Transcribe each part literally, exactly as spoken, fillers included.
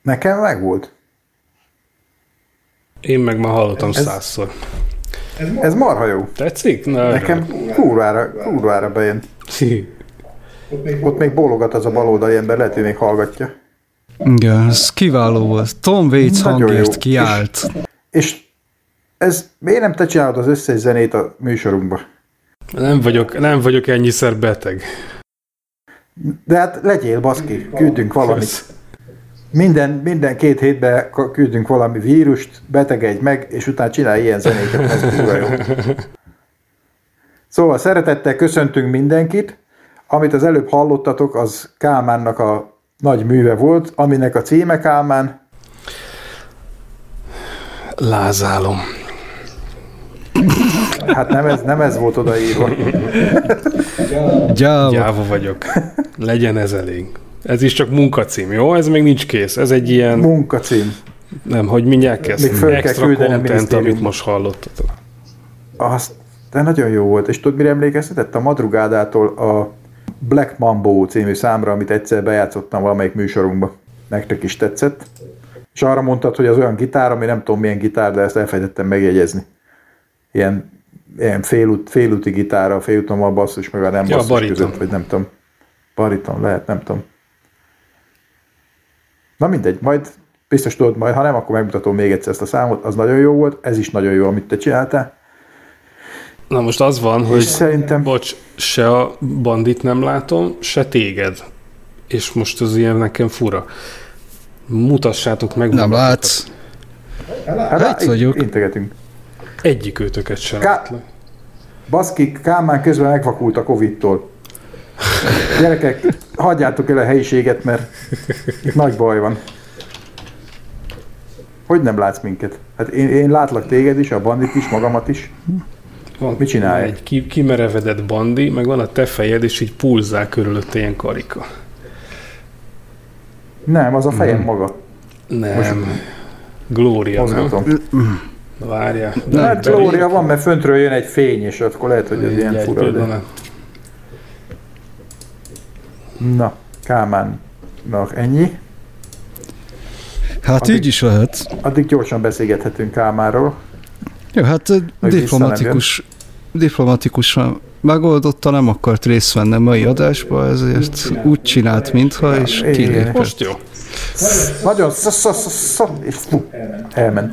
Nekem meg volt. Én meg már hallottam ez, százszor. Ez marha jó. Tetszik? Na, nekem kurvára, kurvára bejön. Ott még bólogat az a baloldali ember, lehet, hogy még hallgatja. Igen, ez kiváló volt. Tom Waits hangért kiállt. És, és ez, miért nem te csinálod az összes zenét a műsorunkba? Nem vagyok, nem vagyok ennyiszer beteg. De hát legyél, baszki, küldünk valamit. Minden, minden két hétben küldünk valami vírust, betegedj meg, és utána csinálj ilyen zenéket. Ez jó. Szóval szeretettel köszöntünk mindenkit. Amit az előbb hallottatok, az Kálmánnak a nagy műve volt, aminek a címe Kálmán. Lázálom. Hát nem ez, nem ez volt odaírva. Gyáva. Gyáva vagyok. Legyen ez elég. Ez is csak munkacím, jó? Ez még nincs kész. Ez egy ilyen... Munkacím. Nem, hogy mindjárt kezd. Extra content, amit most hallottatok. Azt, de nagyon jó volt. És tudod, mire emlékeztetett? A Madrugádától a Black Mambo című számra, amit egyszer bejátszottam valamelyik műsorunkba. Nektek is tetszett. És arra mondtad, hogy az olyan gitár, ami nem tudom milyen gitár, de ezt elfelejtettem megjegyezni. Ilyen, ilyen félút, félúti gitára, félúton a basszus, meg a nem ja, basszus bariton. között, vagy nem tudom. Bariton lehet, nem tudom. Na mindegy, majd biztos tudod majd, ha nem, akkor megmutatom még egyszer ezt a számot, az nagyon jó volt, ez is nagyon jó, amit te csináltál. Na most az van, hogy szerintem... bocs, se a bandit nem látom, se téged. És most az ilyen nekem fura. Mutassátok meg. Nem látsz. Hát, hát vagyok. Integetünk. Egyik őtöket sem Ká... látlak. Baszki, Kálmán közben megvakult a Covid-tól. Gyerekek, hagyjátok el a helyiséget, mert itt nagy baj van. Hogy nem látsz minket? Hát én, én látlak téged is, a bandit is, magamat is. Van, mit csinálj? Egy ki, kimerevedett bandi, meg van a te fejed, és így pulzál körülött ilyen karika. Nem, az a fejem hmm. maga. Nem. Most Glória, mozgatom. nem? Várjál. Nem, hát Glória van, mert föntről jön egy fény, és akkor lehet, hogy ez ilyen fura. De... Na, Kálmánnak ennyi. Hát addig, így is lehet. Addig gyorsan beszélgethetünk Kálmánról. Jó, hát diplomatikus, diplomatikusan megoldotta, nem akart részt venni a mai adásba, ezért úgy csinált, mintha, és kilépett. Most jó. Nagyon sz-sz-sz-sz, és fú, elment.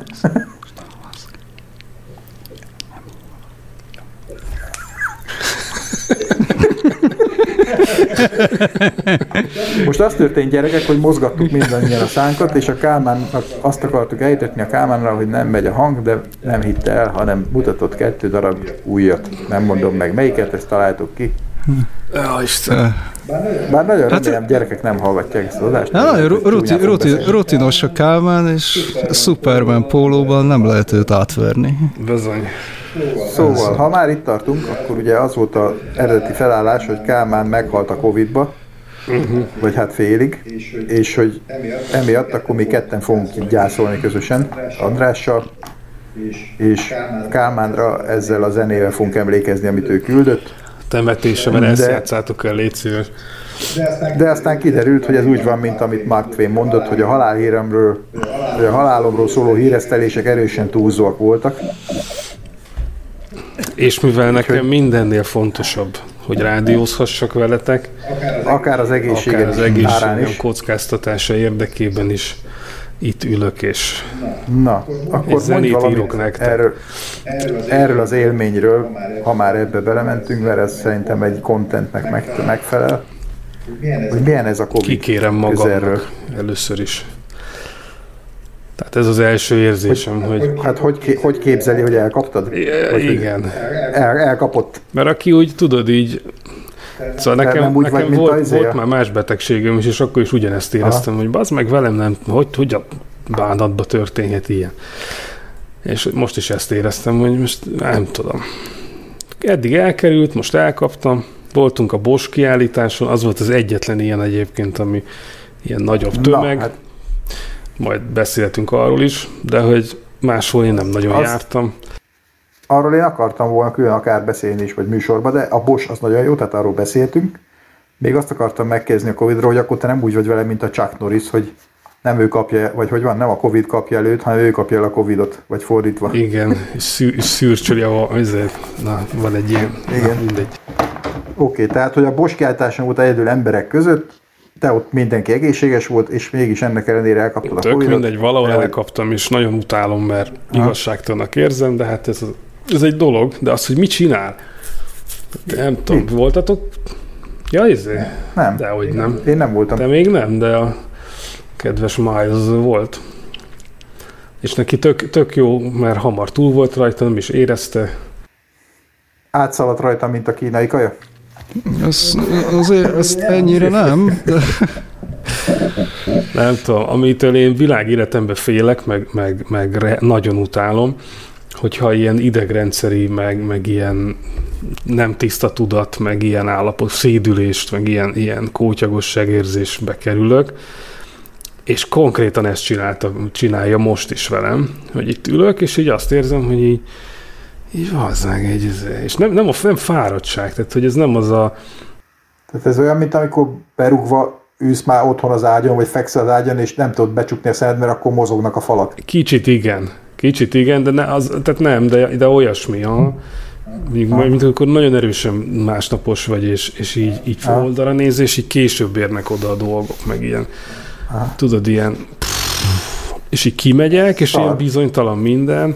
Most az történt, gyerekek, hogy mozgattuk mindannyian a szánkat, és a Kálmánnak azt akartuk elhitetni a Kálmánra, hogy nem megy a hang, de nem hitte el, hanem mutatott kettő darab újat. Nem mondom meg melyiket, ezt találtuk ki. Ja, Isten. Bár nagyon hát remélem, gyerekek nem hallgatják ezt az adást. Nagyon ruti, ruti, rutinos a Kálmán, és Superman pólóban nem lehet őt átverni. Bizony. Szóval, ha már itt tartunk, akkor ugye az volt az eredeti felállás, hogy Kálmán meghalt a Covidba, uh-huh. vagy hát félig, és, és hogy emiatt akkor mi ketten fogunk gyászolni közösen Andrással, és Kálmánra ezzel a zenével fogunk emlékezni, amit ő küldött. Temetése, mert ezt játszátok el, légy szíves. De aztán kiderült, hogy ez úgy van, mint amit Mark Twain mondott, hogy a halálhíremről, hogy a halálomról szóló híresztelések erősen túlzóak voltak. És mivel nekem mindennél fontosabb, hogy rádiózhassak veletek, akár az egészségem, akár az egészségem kockáztatása érdekében is itt ülök, és na, akkor mondj valamit erről, erről az élményről, ha már ebbe belementünk, mert ez szerintem egy contentnek meg, megfelel, hogy milyen ez a Covid. Kikérem magamnak először is. Tehát ez az első érzésem, hogy... hogy hát hogy, hogy képzeli, hogy elkaptad? I- igen. El, elkapott. Mert aki úgy, tudod, így... Szóval nekem, úgy nekem vagy, volt, volt már más betegségem is, és akkor is ugyanezt éreztem, aha. hogy bazd meg velem nem, hogy, hogy a bánatba történhet ilyen. És most is ezt éreztem, hogy most nem tudom. Eddig elkerült, most elkaptam. Voltunk a Bosch kiállításon, az volt az egyetlen ilyen egyébként, ami ilyen nagyobb tömeg. Na, hát. Majd beszéltünk arról is, de hogy máshol én nem nagyon az, jártam. Arról én akartam volna külön akár beszélni is, vagy műsorban, de a Bosch az nagyon jó, tehát arról beszéltünk. Még azt akartam megkérdezni a Covidról, hogy akkor te nem úgy vagy vele, mint a Chuck Norris, hogy nem ő kapja, vagy hogy van, nem a Covid kapja előtt, hanem ő kapja el a Covidot, vagy fordítva. Igen, és szű, szűrcsöli, ezért, na, van egy ilyen, igen. Na, mindegy. Oké, okay, tehát, hogy a Bosch kiáltáson volt egyedül emberek között, te ott mindenki egészséges volt, és mégis ennek ellenére elkaptad a Tök Covidot. mindegy, valahol el... elkaptam, és nagyon utálom, mert igazságtalannak érzem, de hát ez, ez egy dolog, de az, hogy mit csinál, nem tudom, mi? Voltatok? Ja, izé? Nem. Dehogy nem. Én nem voltam. De még nem, de a kedves Miles volt. És neki tök, tök jó, mert hamar túl volt rajta, nem is érezte. Átszaladt rajta, mint a kínai kaja? Az, azért ezt ennyire nem. De... Nem tudom, amitől én világéletemben félek, meg, meg, meg re, nagyon utálom, hogyha ilyen idegrendszeri, meg, meg ilyen nem tiszta tudat, meg ilyen állapot, szédülést, meg ilyen, ilyen kótyagosságérzésbe kerülök, és konkrétan ezt csinálta, csinálja most is velem, hogy itt ülök, és így azt érzem, hogy így, így vazzák egy, és nem, nem a nem fáradtság, tehát hogy ez nem az a... Tehát ez olyan, mint amikor berúgva ülsz már otthon az ágyon, vagy fekszel az ágyon, és nem tudod becsukni a szemed, mert akkor mozognak a falak. Kicsit igen, kicsit igen, de, ne, az, tehát nem, de, de olyasmi, ha. Mint, mint amikor nagyon erősen másnapos vagy, és, és így, így oldalra néz, és így később érnek oda a dolgok, meg ilyen, aha. Tudod, ilyen, pff, és így kimegyek, és ilyen bizonytalan minden,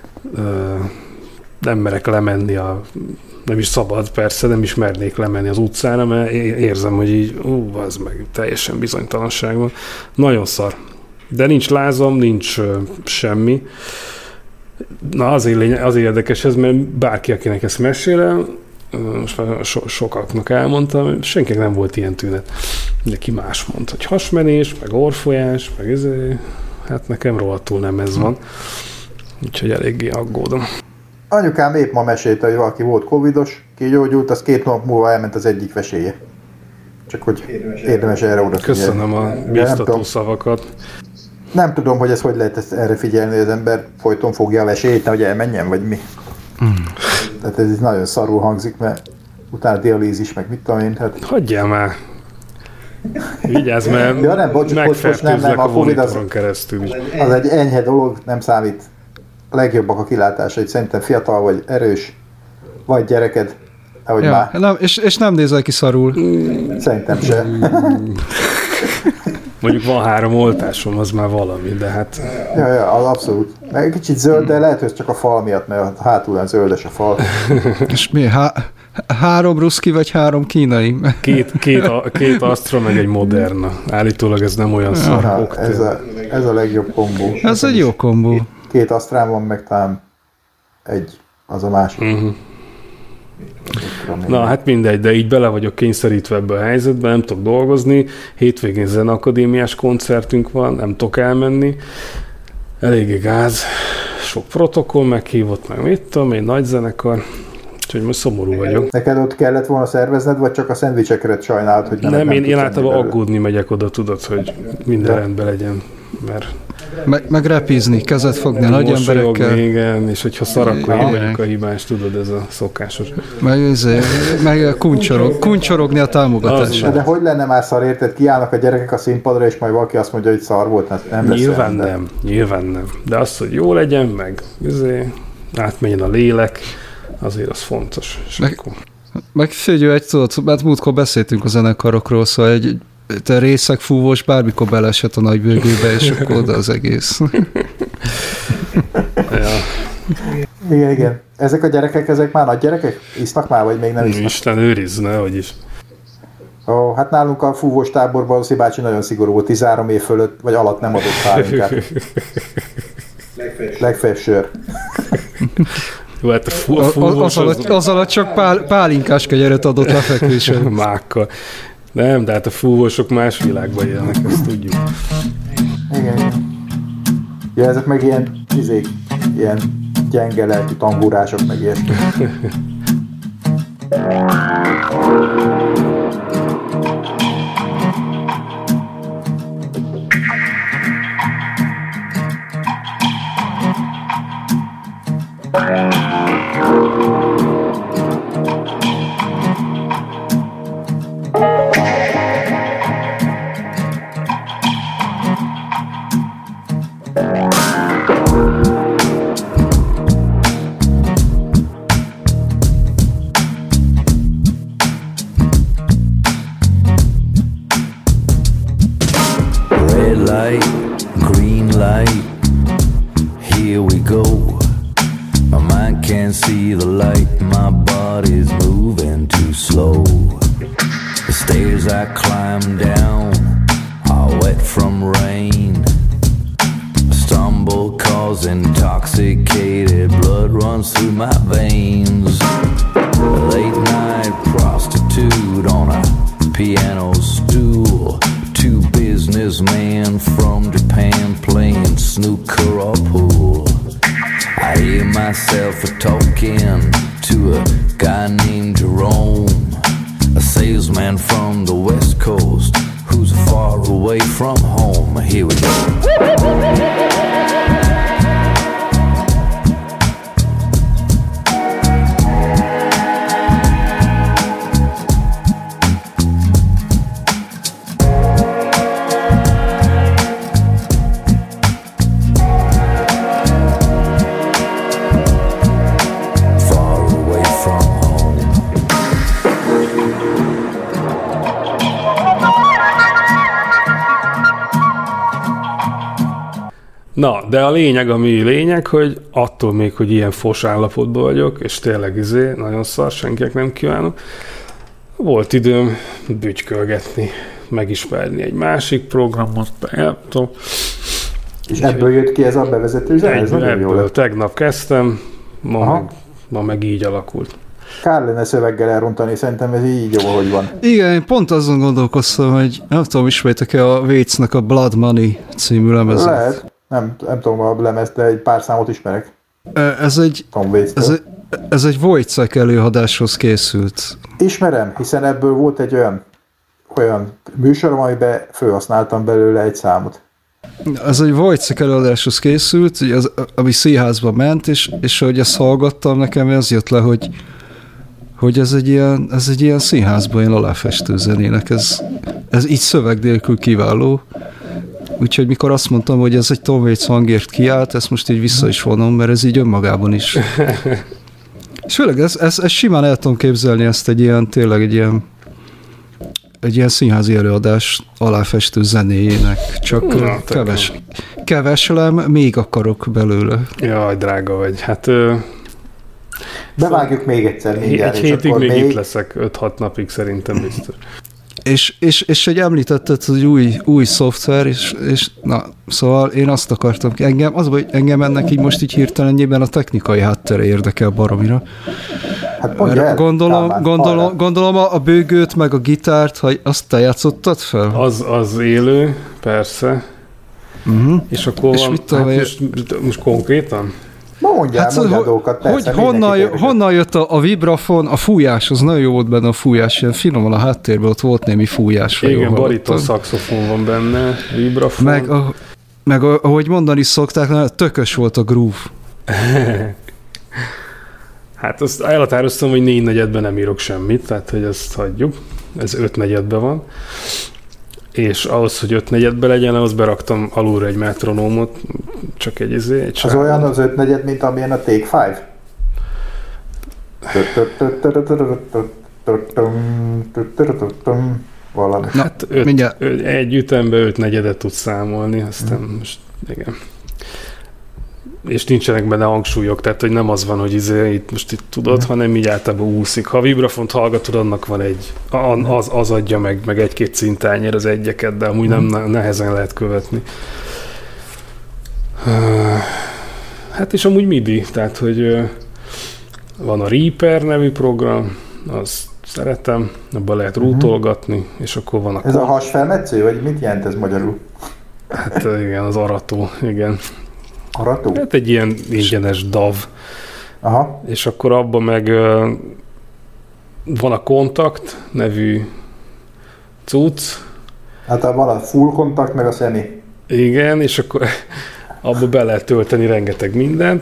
nem merek lemenni a, nem is szabad, persze, nem is mernék lemenni az utcára, mert érzem, hogy így, ú, az meg teljesen bizonytalanság van. Nagyon szar. De nincs lázam, nincs uh, semmi. Na, azért, lény- azért érdekes ez, mert bárki, akinek ezt mesélem, most már so- sokaknak elmondtam, senkinek nem volt ilyen tünet. De ki más mondta, hogy hasmenés, meg orfolyás, meg ez, hát nekem rohadtul nem ez van. Úgyhogy eléggé aggódom. Anyukám épp ma mesélte, hogy valaki volt covidos, kigyógyult, az két nap múlva elment az egyik veséje. Csak hogy érdemes, érdemes erre odafigyelni. Köszönöm a biztató szavakat. Nem tudom, hogy ez hogy lehet ezt erre figyelni, hogy az ember folyton fogja a vesélyt, hogy elmenjen, vagy mi. Mm. Tehát ez nagyon szarul hangzik, mert utána dialízis, meg mit tudom én. Hát... Hagyjál már! Vigyázz, mert ja, nem, bocs, megfertőzlek nem, nem, a, a monitoron keresztül is. Az egy enyhe dolog, nem számít. A legjobbak a kilátásai, szerintem fiatal vagy, erős, vagy gyereked, ahogy ja, már. Nem, és, és nem nézel ki szarul. Szerintem se. Mondjuk van három oltásom, az már valami, de hát... Ja, ja, az abszolút. Meg egy kicsit zöld, de lehet, hogy csak a fal miatt, mert hátul zöldes a fal. És mi? Há- három ruszki, vagy három kínai? Két, két, a, két Astra, meg egy Moderna. Állítólag ez nem olyan szar. Ja, ez, a, ez a legjobb kombó. Ez egy jó kombó. Két, két Astrán van, meg talán egy, az a másik. Uh-huh. Na, hát mindegy, de így bele vagyok kényszerítve ebbe a helyzetbe, nem tudok dolgozni, hétvégén zeneakadémiás koncertünk van, nem tudok elmenni, eléggé gáz, sok protokoll meghívott, meg mit tudom, egy nagy zenekar, úgyhogy most szomorú vagyok. Neked ott kellett volna szervezned, vagy csak a szendvicsekre sajnálod, hogy nem? Nem, nem én, én általában aggódni megyek oda, tudod, hogy minden de. rendben legyen, mert... Meg, meg repizni, kezet fogni a nagy emberekkel. Igen, és hogyha szar, akkor én vagyok a hibás, tudod, ez a szokásos. Meg, meg kuncsorog, kuncsorogni a támogatásra. De hogy lenne már szar, érted? Kiállnak a gyerekek a színpadra, és majd valaki azt mondja, hogy szar volt, hát nem lesz. Nyilván nem, nem, nyilván nem. De az, hogy jó legyen, meg azért, átmenjen a lélek, azért az fontos. Meg, meg figyelj, egy tudod, mert múltkor beszéltünk a zenekarokról, szóval egy te részek fúvós, bármikor belesett a nagy bőgőbe, és akkor oda az egész. Ja. Igen, igen. Ezek a gyerekek, ezek már nagy gyerekek? Isznak már, vagy még nem isznak? Isten őrizne, hogy is. Ó, hát nálunk a fúvós táborban a Szibácsi nagyon szigorú volt, tizenhárom év fölött, vagy alatt nem adott pálinkát. Legfeljebb sör. Jó, hát a fú, a fúvós az, az, az alatt csak pál, pálinkás kegyeret adott lefekvésre. Mákkal. Nem, de hát a fúvósok más világban élnek, ezt tudjuk. Igen, igen. Ja, ezek meg ilyen, izék, ilyen gyenge lelkű tambúrások, meg ilyesmi. I'm down, all wet from rain. I stumble cause intoxicated blood runs through my veins. A late night prostitute on a piano stool. Two businessmen from Japan playing snooker or pool. I hear myself a talking to a guy named Jerome, a salesman from the West Coast who's far away from home. Here we go. Na, de a lényeg, ami lényeg, hogy attól még, hogy ilyen fos állapotban vagyok, és tényleg izé, nagyon szar, senkinek nem kívánok, volt időm bütykölgetni, megismerni egy másik programot, nem tudom. És ebből jött ki ez a bevezető zene? Ez nagyon jó lett. Tegnap kezdtem, ma meg, ma meg így alakult. Kár lenne szöveggel elrontani, szerintem ez így jó, hogy van. Igen, én pont azon gondolkoztam, hogy nem tudom, ismertek-e a Waitsnek a Blood Money című lemezet. Lehet. Nem, nem tudom a lemezt, de egy pár számot ismerek. Ez egy, ez egy, ez egy Wojciech előadáshoz készült. Ismerem, hiszen ebből volt egy olyan, olyan műsorom, amiben felhasználtam belőle egy számot. Ez egy Wojciech előadáshoz készült, az, ami színházba ment, és, és ahogy ezt hallgattam, nekem az jött le, hogy, hogy ez, egy ilyen, ez egy ilyen színházban ilyen aláfestő zenének. Ez, ez így szöveg nélkül kiváló. Úgyhogy mikor azt mondtam, hogy ez egy Tom Waits hangért kiállt, ezt most így vissza is vonom, mert ez így önmagában is. És főleg ez, ez, ez simán el tudom képzelni ezt egy ilyen, tényleg egy ilyen, egy ilyen színházi előadás aláfestő zenéjének, csak Na, keves, keveslem, még akarok belőle. Jaj, drága vagy. Hát... Ö... Bevágjuk még egyszer mindjárt. Egy hétig még, még itt leszek, öt-hat napig szerintem biztos. És, és, és hogy említetted, hogy új, új szoftver, és, és na, szóval én azt akartam, engem, az, hogy engem ennek így most így hirtelenjében a technikai háttere érdekel baromira. Hát el, gondolom, Kálmán, gondolom, gondolom a, a bőgőt, meg a gitárt, hogy azt te játszottad fel? Az, az élő, persze. Uh-huh. És akkor és van, mit hát most, most konkrétan? Mondjál, hát, mondjál dolgokat, persze. Hogy honnan, honnan jött a, a vibrafon, a fújás, az nagyon jó volt benne a fújás, ilyen finoman a háttérben ott volt némi fújás. Igen, bariton szaxofon van benne, vibrafon. Meg, a, meg a, ahogy mondani szokták, tökös volt a groove. Hát azt elhatároztam, hogy négy negyedben nem írok semmit, tehát hogy ezt hagyjuk. Ez öt negyedben van. És ahhoz, hogy öt negyedben legyen, ahhoz beraktam alulra egy metronómot, csak egy izé, egy Az olyan az öt negyed, mint amilyen a Take Five? Valami. Hát öt, öt, egy ütemben öt negyedet tudsz számolni, aztán hmm. most igen. És nincsenek benne hangsúlyok, tehát hogy nem az van, hogy izé, itt most itt tudod, hmm. hanem így általában úszik. Ha a vibrafont hallgatod, annak van egy, az, az adja meg, meg egy-két szintányér az egyeket, de amúgy hmm. nem nehezen lehet követni. Hát és amúgy midi, tehát hogy van a Reaper nevű program, azt szeretem, abban lehet rútolgatni, és akkor van a... Ez a hasfelmetsző, vagy mit jelent ez magyarul? Hát igen, az arató, igen. Arató? Hát egy ilyen ingyenes dav. Aha. És akkor abban meg van a Kontakt nevű cucc. Hát van a Full Kontakt, meg a Semi. Igen, és akkor abba be lehet tölteni rengeteg mindent.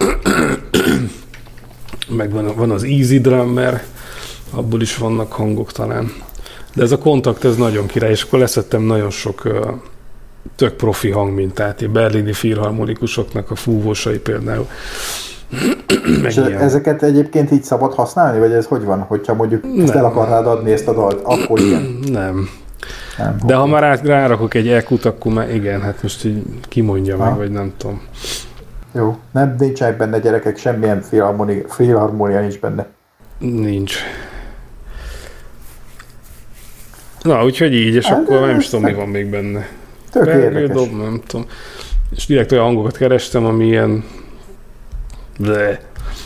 Meg van, van az Easy Drummer, abból is vannak hangok talán. De ez a Kontakt, ez nagyon király, és akkor leszettem nagyon sok uh, tök profi hangmintát, a berlini filharmonikusoknak a fúvósai például. És ezeket egyébként így szabad használni, vagy ez hogy van? Hogyha mondjuk ezt el akarnád adni ezt a dalt, akkor igen? Nem. Nem, de ha már rá, rárakok egy é kút, akkor már igen, hát most így kimondja meg, vagy nem tudom. Jó, nem nincsenek benne gyerekek, semmilyen filharmónia, filharmónia nincs benne. Nincs. Na, úgyhogy így, és hát, akkor nem is tudom, mi van még benne. Tök Bergő érdekes. dob, nem tudom. És direkt olyan hangokat kerestem, ami ilyen... De.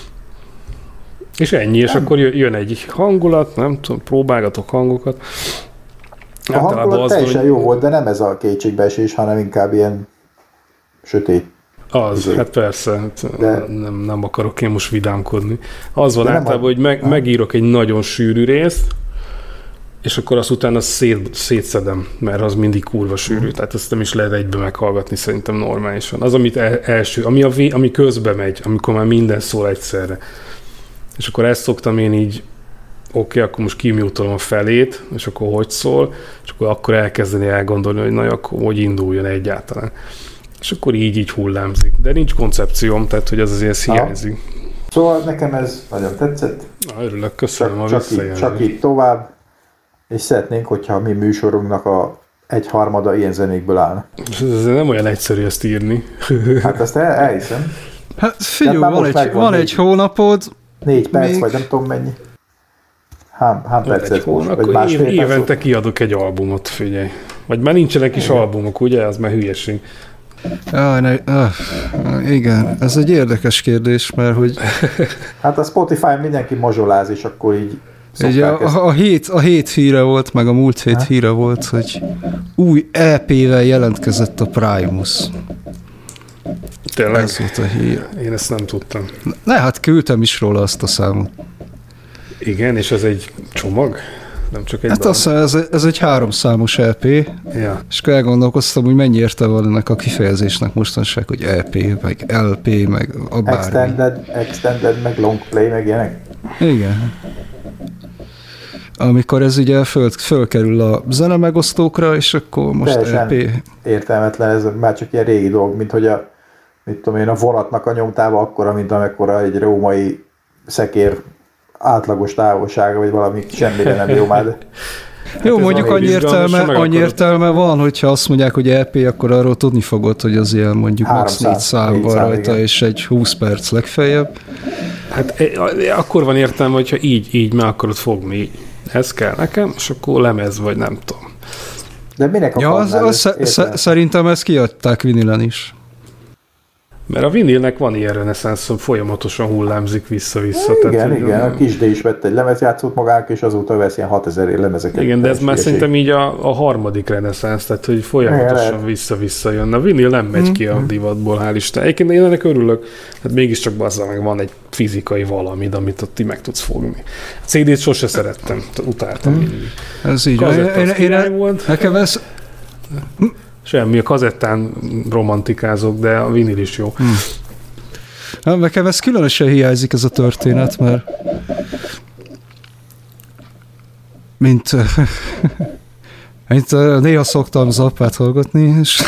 És ennyi, és nem. akkor jön egy hangulat, nem tudom, próbálgatok hangokat. A hangulat teljesen hogy... jó volt, de nem ez a kétségbeesés, hanem inkább ilyen sötét. Az, Izé. hát persze, De... nem, nem akarok én most vidámkodni. Az van de általában, a... hogy meg, megírok egy nagyon sűrű részt, és akkor azt utána szét, szétszedem, mert az mindig kurva sűrű, mm. tehát ezt nem is lehet egybe meghallgatni szerintem normálisan. Az, amit el, első, ami, a vé, ami közbe megy, amikor már minden szól egyszerre. És akkor ezt szoktam én így, oké, okay, akkor most kimutolom a felét, és akkor hogy szól, és akkor, akkor elkezdeni elgondolni, hogy na, akkor hogy induljon egyáltalán. És akkor így, így hullámzik. De nincs koncepcióm, tehát hogy az azért hiányzik. Szóval nekem ez nagyon tetszett. Na, örülök, köszönöm csak, a csak, így, csak így tovább, és szeretnénk, hogyha a mi műsorunknak a egyharmada ilyen zenékből állna. Ez nem olyan egyszerű ezt írni. Hát azt el, elhiszem. Hát figyelj, van, egy, van egy hónapod. Négy perc, még... vagy nem tudom mennyi. Hány, hány percet most? Vagy másfél év, évente kiadok egy albumot, figyelj. Vagy már nincsenek is igen. albumok, ugye? Az már hülyeség. Ah, ne, ah, igen, ez egy érdekes kérdés, mert hogy... Hát a Spotify mindenki mazsoláz, és akkor így ugye a, a, hét, a hét híre volt, meg a múlt hét ha? híre volt, hogy új é pé-vel jelentkezett a Primus. Tényleg? Ez volt a hír. Én ezt nem tudtam. Ne, hát küldtem is róla azt a számot. Igen, és ez egy csomag? Nem csak egy hát azt mondja, ez, ez egy háromszámos é pé, ja. És akkor elgondolkoztam, hogy mennyi értelme van ennek a kifejezésnek mostanság, hogy é pé, meg el pé, meg a bármi. Extended, extended, meg long play, meg ilyenek. Igen. Amikor ez ugye föl, fölkerül a zenemegosztókra, és akkor most é pé. Értelmetlen, ez már csak ilyen régi dolog, mint hogy a, mit tudom én, a vonatnak a nyomtáva akkora, mint amekkora egy római szekér átlagos távolsága, vagy valami semmire nem jó már. De... Hát jó, mondjuk annyi értelme, annyi értelme van, hogyha azt mondják, hogy é pé, akkor arról tudni fogod, hogy az ilyen mondjuk max négy szám van rajta, igen. És egy húsz perc legfeljebb. Hát akkor van értelme, hogyha így, így meg akarod fogni. Ez kell nekem, és akkor lemez, vagy nem tudom. De minek ja, az, az sz- szerintem ezt kiadták vinilen is. Mert a vinilnek van ilyen reneszánsz, folyamatosan hullámzik vissza-vissza. Igen, tehát, igen. A Kisdé is vett egy lemezjátszót magának, és azóta vesz ilyen hatezer lemezeket. Igen, de ez már szerintem így a, a harmadik reneszánsz, tehát hogy folyamatosan igen, vissza-vissza jön. A vinil nem megy mm-hmm. ki a divatból, hál' Isten. Egyébként én ennek örülök, hát mégiscsak bazzal meg van egy fizikai valamid, amit ott ti meg tudsz fogni. A cé dét sose szerettem, utáltam. Mm. Ez így. Én, én, én, volt. Nekem ez... Semmi, a kazettán romantikázok, de a vinil is jó. Hmm. Nekem ez különösen hiányzik, ez a történet, mert mint, mint néha szoktam Zappát hallgatni, és,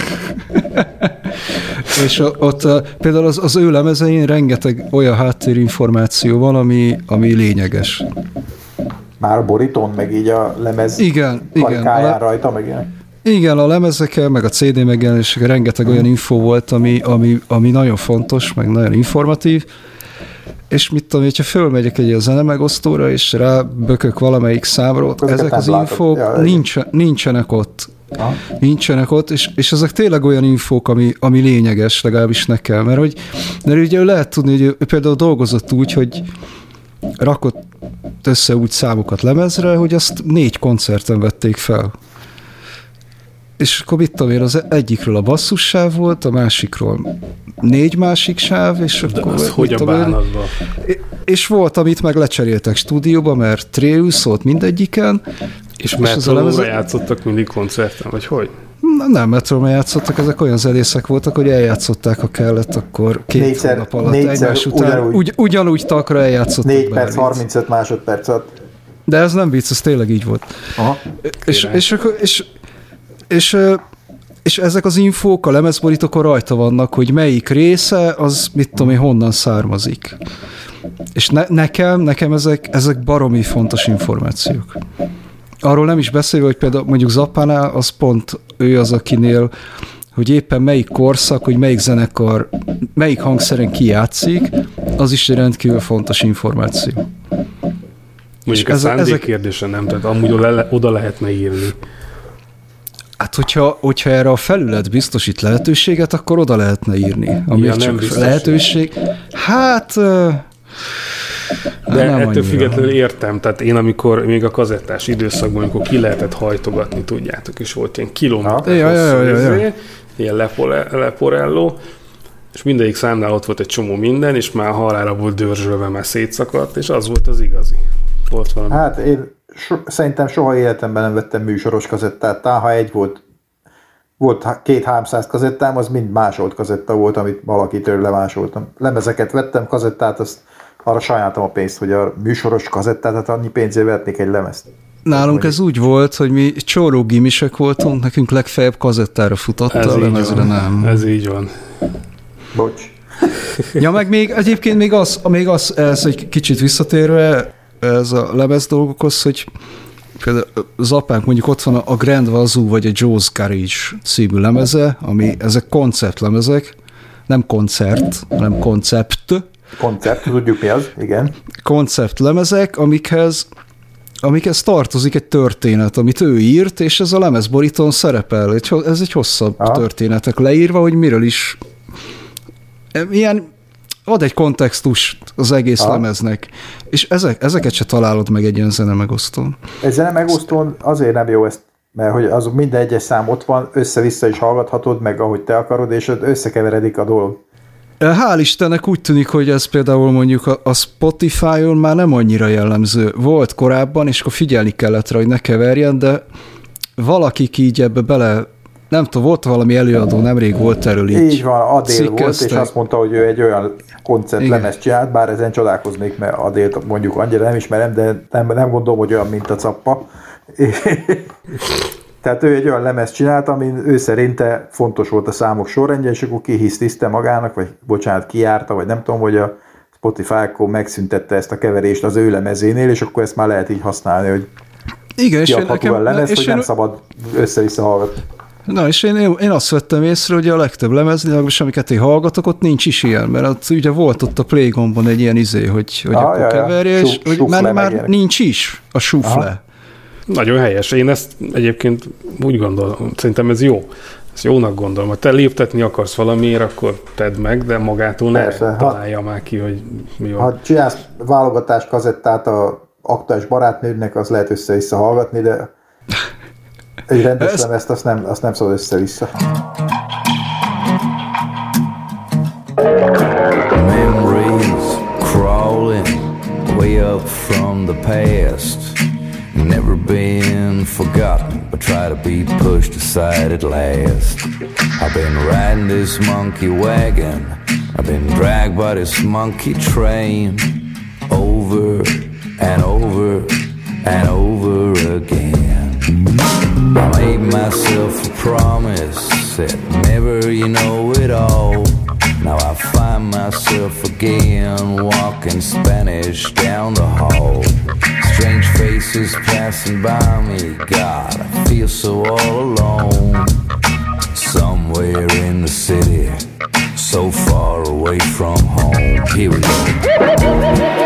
és ott például az, az ő lemezein rengeteg olyan háttérinformáció van, ami, ami lényeges. Már a borítón, meg így a lemez igen, karikáján igen. rajta, meg ilyen. Igen, a lemezekkel, meg a cé dé megjelenéseken rengeteg olyan info volt, ami, ami, ami nagyon fontos, meg nagyon informatív, és mit tudom, hogyha fölmegyek egy zenemegosztóra, és rábökök valamelyik számról, ezek az infók ja, nincsen, nincsenek ott. Ha? Nincsenek ott, és, és ezek tényleg olyan infók, ami, ami lényeges, legalábbis nekem, mert, hogy, mert ugye lehet tudni, hogy ő például dolgozott úgy, hogy rakott össze úgy számokat lemezre, hogy azt négy koncerten vették fel. És akkor mit tudom én, az egyikről a basszussáv volt, a másikról négy másik sáv, és de akkor... az hogy a bánatba? És volt, amit meg lecseréltek stúdióba, mert tréül szólt mindegyiken. És, és metronóra játszottak mindig koncerten, vagy hogy? Na, nem metronóra játszottak, ezek olyan zenészek voltak, hogy eljátszották, ha kellett, akkor két négyszer, hónap alatt egymás után ugyanúgy, ugy, ugyanúgy takra eljátszottak. négy perc, harmincöt másodperc alatt. De ez nem vicc, ez tényleg így volt. Aha. És, és, és, és És, és ezek az infók a lemezborítokon rajta vannak, hogy melyik része, az mit tudom én, honnan származik. És ne, nekem, nekem ezek, ezek baromi fontos információk. Arról nem is beszélve, hogy például mondjuk Zappánál az pont ő az, akinél, hogy éppen melyik korszak, hogy melyik zenekar, melyik hangszeren kijátszik, az is egy rendkívül fontos információ. Mondjuk a szándék ezek... kérdése nem, tehát amúgy oda, oda lehetne írni. Hát, hogyha, hogyha erre a felület biztosít lehetőséget, akkor oda lehetne írni. Ami ja, csak lehetőség. Hát... De ettől annyira. Függetlenül értem, tehát én amikor még a kazettás időszakban, amikor ki lehetett hajtogatni, tudjátok, és volt ilyen kilométer ja, ja, ja, ja, ja. ilyen leporelló, és mindegyik számnál ott volt egy csomó minden, és már halára volt dörzsölve, már szétszakadt, és az volt az igazi. Volt valami. Hát én so, szerintem soha életemben nem vettem műsoros kazettát, tehát ha egy volt, volt két-háromszáz kazettám, az mind másolt kazetta volt, amit valakitől lemásoltam. Lemezeket vettem, kazettát, azt arra sajnáltam a pénzt, hogy a műsoros kazettát, hát annyi pénzért vetnék egy lemezt. Nálunk ez úgy volt, hogy mi csóró gimisek voltunk, nekünk legfeljebb kazettára futott ez a lemezre, nem. Ez így van. Bocs. Ja, meg még egyébként még az, még az, ez egy kicsit visszatérve, ez a lemez dolgokhoz, hogy például az apánk mondjuk ott van a Grand Wazoo vagy a Joe's Garage című lemeze, ami ezek konceptlemezek, nem koncert, hanem koncept. Koncept, tudjuk mi az, igen. Konceptlemezek, amikhez, amikhez tartozik egy történet, amit ő írt, és ez a lemezborítón szerepel. Ez egy hosszabb Aha. történetek leírva, hogy miről is ilyen ad egy kontextus az egész Aha. lemeznek, és ezek, ezeket se találod meg egy ilyen zene megosztón. Egy zene megosztón azért nem jó ezt, mert hogy az minden egyes szám ott van, össze-vissza is hallgathatod, meg ahogy te akarod, és összekeveredik a dolog. Hál' Istennek úgy tűnik, hogy ez például mondjuk a, a Spotify-on már nem annyira jellemző. Volt korábban, és akkor figyelni kellett rá, hogy ne keverjen, de valakik így ebbe bele, nem tudom, volt valami előadó, nemrég volt erről így. Így van, Adél volt, és azt mondta, hogy ő egy olyan koncertlemezt csinált, bár ezen csodálkoznék, mert Adélt mondjuk annyira nem ismerem, de nem, nem gondolom, hogy olyan, mint a Cappa. Tehát ő egy olyan lemezt csinált, amin ő szerinte fontos volt a számok sorrendje, és akkor kihisztiszte magának, vagy bocsánat, kijárta, vagy nem tudom, hogy a Spotify akkor megszüntette ezt a keverést az ő lemezénél, és akkor ezt már lehet így használni, hogy igen, kiadható a lemez, hogy nem én... szabad össze-vissza hallgatni. Na, és én, én azt vettem észre, hogy a legtöbb lemeznél, amiket én hallgatok, ott nincs is ilyen, mert ott ugye volt ott a Playgombon egy ilyen izé, hogy, hogy ah, akkor ja, keverje, és Suf, hogy már, már nincs is a sufle. Aha. Nagyon helyes. Én ezt egyébként úgy gondolom, szerintem ez jó. Ezt jónak gondolom. Ha te léptetni akarsz valamiért, akkor tedd meg, de magától ne Persze, találja ha, már ki, hogy mi van. Ha csinálsz válogatás kazettát a aktuális barátnődnek, az lehet össze-vissza hallgatni, de egy rendes ez... lemezt azt nem, azt nem szabad össze-vissza. Memories crawling way up from the past. Never been forgotten, but try to be pushed aside at last. I've been riding this monkey wagon, I've been dragged by this monkey train, over and over and over again. I made myself a promise that never, you know it all. Now I find myself again walking Spanish down the hall. Strange faces passing by me, God, I feel so all alone. Somewhere in the city, so far away from home. Here we go.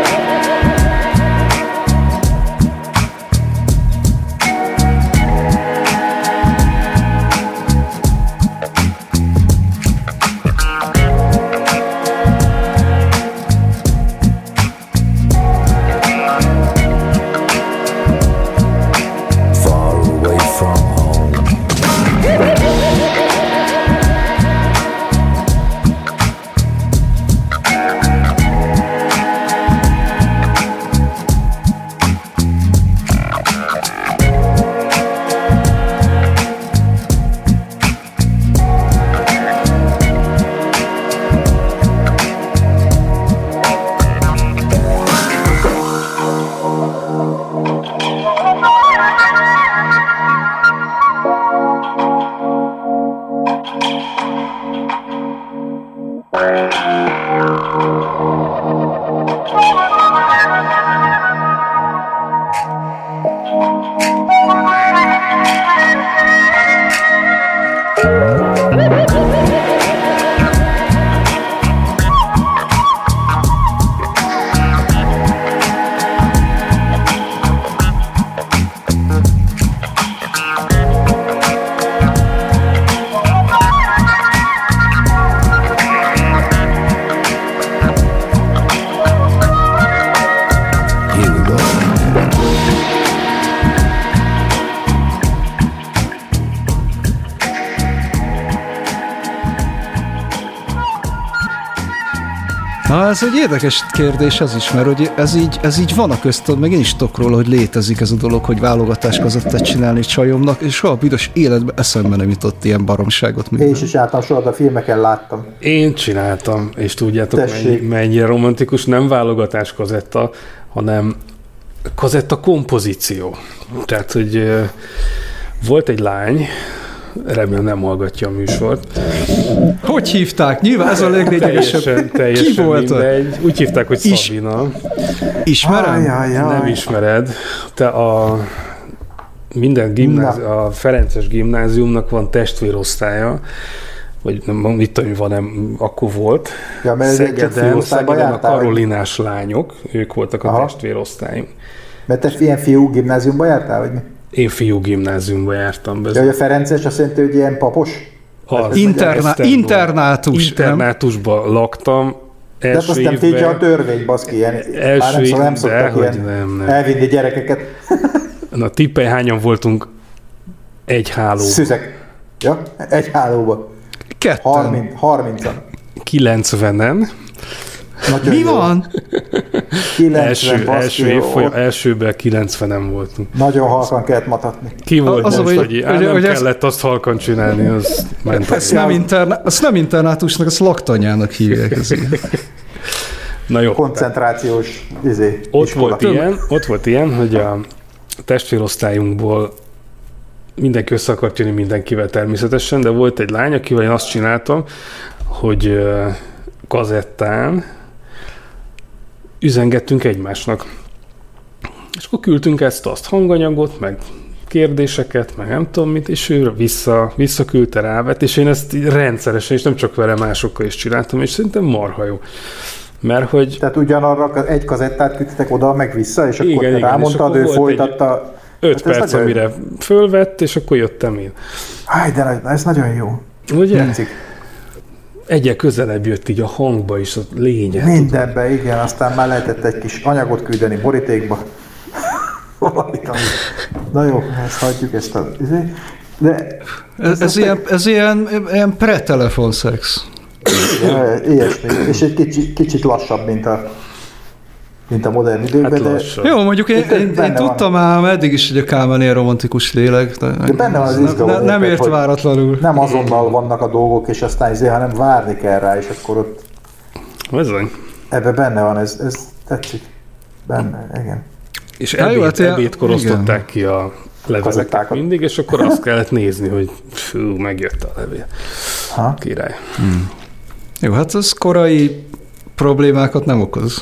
Na, ez egy érdekes kérdés ez is, mert hogy ez így, ez így van a köztön, meg én is tudok róla, hogy létezik ez a dolog, hogy válogatás kazettát csinálni csajomnak, és soha büdös életben eszembe nem jutott ilyen baromságot. Én is csináltam soha, de a filmeken láttam. Én csináltam, és tudjátok, mennyi, mennyire romantikus, nem válogatás kazetta, hanem kazetta kompozíció. Tehát, hogy volt egy lány, remélem nem hallgatja a műsort. Hogy hívták? Nyilván ez a leglényegesebb. Teljesen, teljesen Ki volt? mindegy. Úgy hívták, hogy Is- Szabina. Ismerem? Ajajaj. Nem ismered. Te a minden gimnázium, a Ferences gimnáziumnak van testvérosztálya, vagy nem, mit tudom, van, akkor volt. Ja, mert ez egy Szegeden, fiúosztályba Szegeden a jártál, vagy? karolinás lányok, ők voltak a Aha. testvérosztályunk. Mert te ilyen fiú gimnáziumba jártál, vagy mi? Én fiú gimnáziumba jártam be. Ja, hogy a Ferences azt jelenti, hogy ilyen papos? Az Interna- Esztergom. internátus, Internátusban laktam. De hát azt Első nem tétje a évben, törvény, baszki, ilyen, Első már nem, szó, nem évben, szoktak hogy ilyen nem, nem. elvinni gyerekeket. na tippelj, hányan voltunk egy hálóban. Szüzek. Ja, egy hálóba. Ketten. harminc, harmincan. kilencvenen. Nagyon Mi jó. van? kilencven, Első, baszki, első évfolyam, ott elsőben kilencvenen voltunk. nagyon halkan kellett matatni. Ki volt Az a most, baj, hogy, hogy- nem hogy ez- kellett azt halkan csinálni, az ment. Ezt nem, interna- azt nem internátusnak, azt laktanyának hívják. Ez ilyen. Na jó, Koncentrációs izé, ott iskola. volt, ilyen, ott volt ilyen, hogy a testvérosztályunkból mindenki össze akart jönni mindenkivel természetesen, de volt egy lány, akivel én azt csináltam, hogy ö, kazettán üzengettünk egymásnak. És akkor küldtünk ezt-azt hanganyagot, meg kérdéseket, meg nem tudom mit, és ő vissza, visszaküldte, rávet, és én ezt így rendszeresen, és nem csak vele, másokkal is csináltam, és szerintem marha jó. Mert hogy Tehát ugyanarra egy kazettát küldtetek oda, meg vissza, és akkor Igen, te igen, rámondtad, és ő akkor volt folytatta. öt Hát ez perc, nagyon- amire fölvett, és akkor jöttem én. Háj, de nagy- ez nagyon jó. Ugye? Tetszik. Egyre közelebb jött így a hangba is a lényeg. Mindenbe, igen, aztán már lehetett egy kis anyagot küldeni borítékba. Valamit, amit... Na jó, ezt hagyjuk, ezt a... izé. De Ez, ez, ilyen, ez ilyen, ilyen pre-telefonszex. ja, ilyesmi. És egy kicsit, kicsit lassabb, mint a, mint a modern időkben, Hát de, lassan. Jó, mondjuk én, Itt én, én benne tudtam már eddig is, hogy a Kálmán ilyen romantikus lélek. De, de benne van az nem, izgalom. nem, nem érted, ért hogy váratlanul. Nem azonnal vannak a dolgok, és aztán izé, hanem várni kell rá, és akkor ott Bizony. ebbe benne van, ez, ez tetszik. Benne, igen. És Na jó, ebéd, hát ilyen- ebédkor igen. osztották ki a leveleket Kazettákat. mindig, és akkor azt kellett nézni, hogy fú, megjött a levél. Ha? Király. Jó, hát ez korai problémákat nem okoz.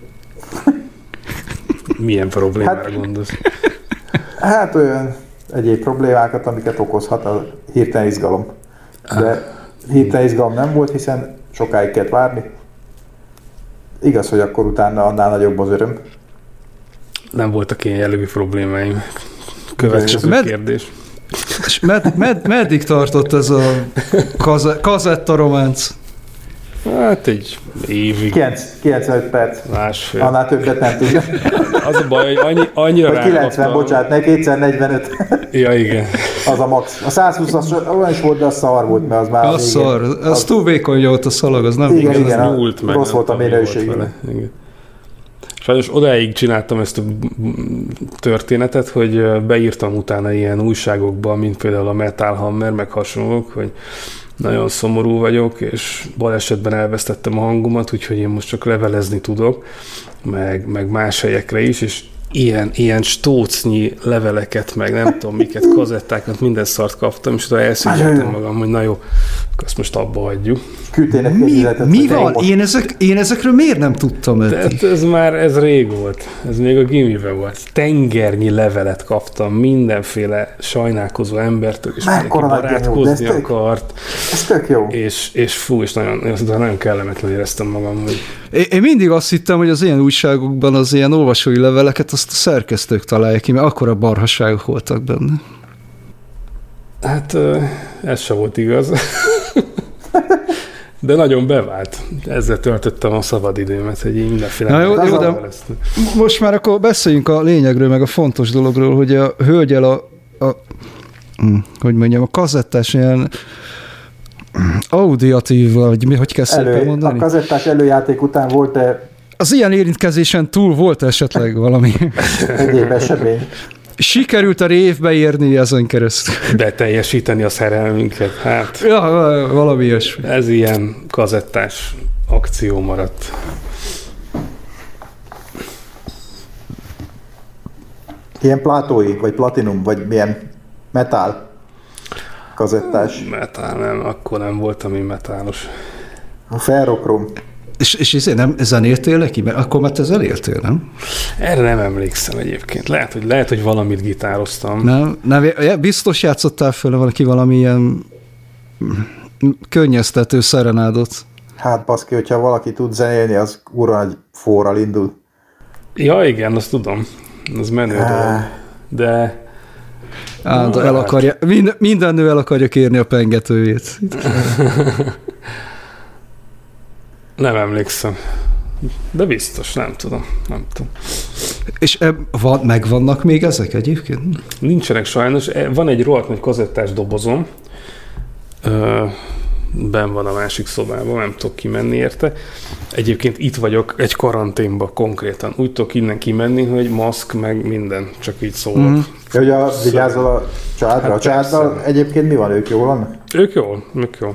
Milyen problémára Hát- gondolsz? Hát olyan egyéb problémákat, amiket okozhat a hirtelen izgalom. De hirtelen izgalom nem volt, hiszen sokáig kellett várni. Igaz, hogy akkor utána annál nagyobb az öröm. Nem voltak ilyen jellegű problémáim. Következő Med- kérdés. És med, med, meddig tartott ez a kaze, kazetta románc? Hát egy évig, kilenc, kilencvenöt perc. másfél. Annál többet nem tudja. Az a baj, hogy annyi, annyira Vagy kilencven, rákaptam. bocsánat, ne kétszáznegyvenöt. Ja, az Az a max. A százhúsz az olyan is volt, de az szar volt, mert az már Az végén- szar, az túl vékony volt a szalag, az nem Igen, igaz. igen. az a- nyúlt meg. rossz nem volt a tudom, mi volt minőség. vele. Igen. Sajnos odáig csináltam ezt a történetet, hogy beírtam utána ilyen újságokba, mint például a Metal Hammer, meg hasonlók, hogy nagyon szomorú vagyok, és balesetben elvesztettem a hangomat, úgyhogy én most csak levelezni tudok, meg, meg más helyekre is, és ilyen, ilyen stócnyi leveleket, meg nem tudom miket, kazettákat, minden szart kaptam, és utána elszívtam magam, hogy na jó, akkor ezt most abba hagyjuk. Küldtél neki egy Mi, üzletet, mi hogy van? most- Én, ezek, én ezekről miért nem tudtam eddig? Tehát ez már, ez rég volt. Ez még a gimiben volt. Tengernyi levelet kaptam mindenféle sajnálkozó embertől, és mindenki Mekkora nagy barátkozni jó, de ez tök- akart, Ez tök jó. és, és fú, és nagyon, nagyon kellemetlen éreztem magam, hogy Én, én mindig azt hittem, hogy az ilyen újságokban az ilyen olvasói leveleket azt a szerkesztők találják ki, mert akkora barhaságok voltak benne. hát ö, ez se volt igaz. De nagyon bevált. Ezzel töltöttem a szabadidőmet, hogy így mindenféle... Na jó, jó, de- leveleztem. Most már akkor beszéljünk a lényegről, meg a fontos dologról, hogy a hölgyel a, a hm, hogy mondjam, a kazettás ilyen Audiatív, vagy mi, hogy kell szépen Elő, mondani? a kazettás előjáték után volt-e Az ilyen érintkezésen túl volt esetleg valami. egyéb esemény? Sikerült a révbe érni ezen keresztül. Beteljesíteni a szerelmünket. Hát, Ja, valami ilyesmi. ez ilyen kazettás akció maradt. Ilyen plátói, vagy platinum, vagy milyen metál kazettás. Metál nem, akkor nem voltam én metálos. A ferrokrom. És, és ezért nem zenéltél neki? Mert akkor már te zenéltél, nem? Erre nem emlékszem egyébként. Lehet, hogy, lehet, hogy valamit gitároztam. Nem, nem, biztos játszottál föl valaki valamilyen könnyeztető szerenádot. Hát baszki, hogyha valaki tud zenélni, az ura egy forral indul. Ja, igen, azt tudom. Az menő dolog. De... Á, Na, el hát. akarja, minden, minden nő el akarja kérni a pengetőjét. Nem emlékszem. De biztos, nem tudom. Nem tudom. És eb, van, megvannak még ezek egyébként? Nincsenek sajnos. Van egy rohadt nagy kazettás dobozom. Ö, benn van a másik szobában, nem tudok kimenni érte. Egyébként itt vagyok egy karanténba konkrétan. Úgy tudok innen kimenni, hogy maszk, meg minden. Csak így szólok. Mm. Ja, hogy a, vigyázol a családra. Hát a családdal persze. egyébként mi van? Ők jól vannak? Ők jól, ők jól.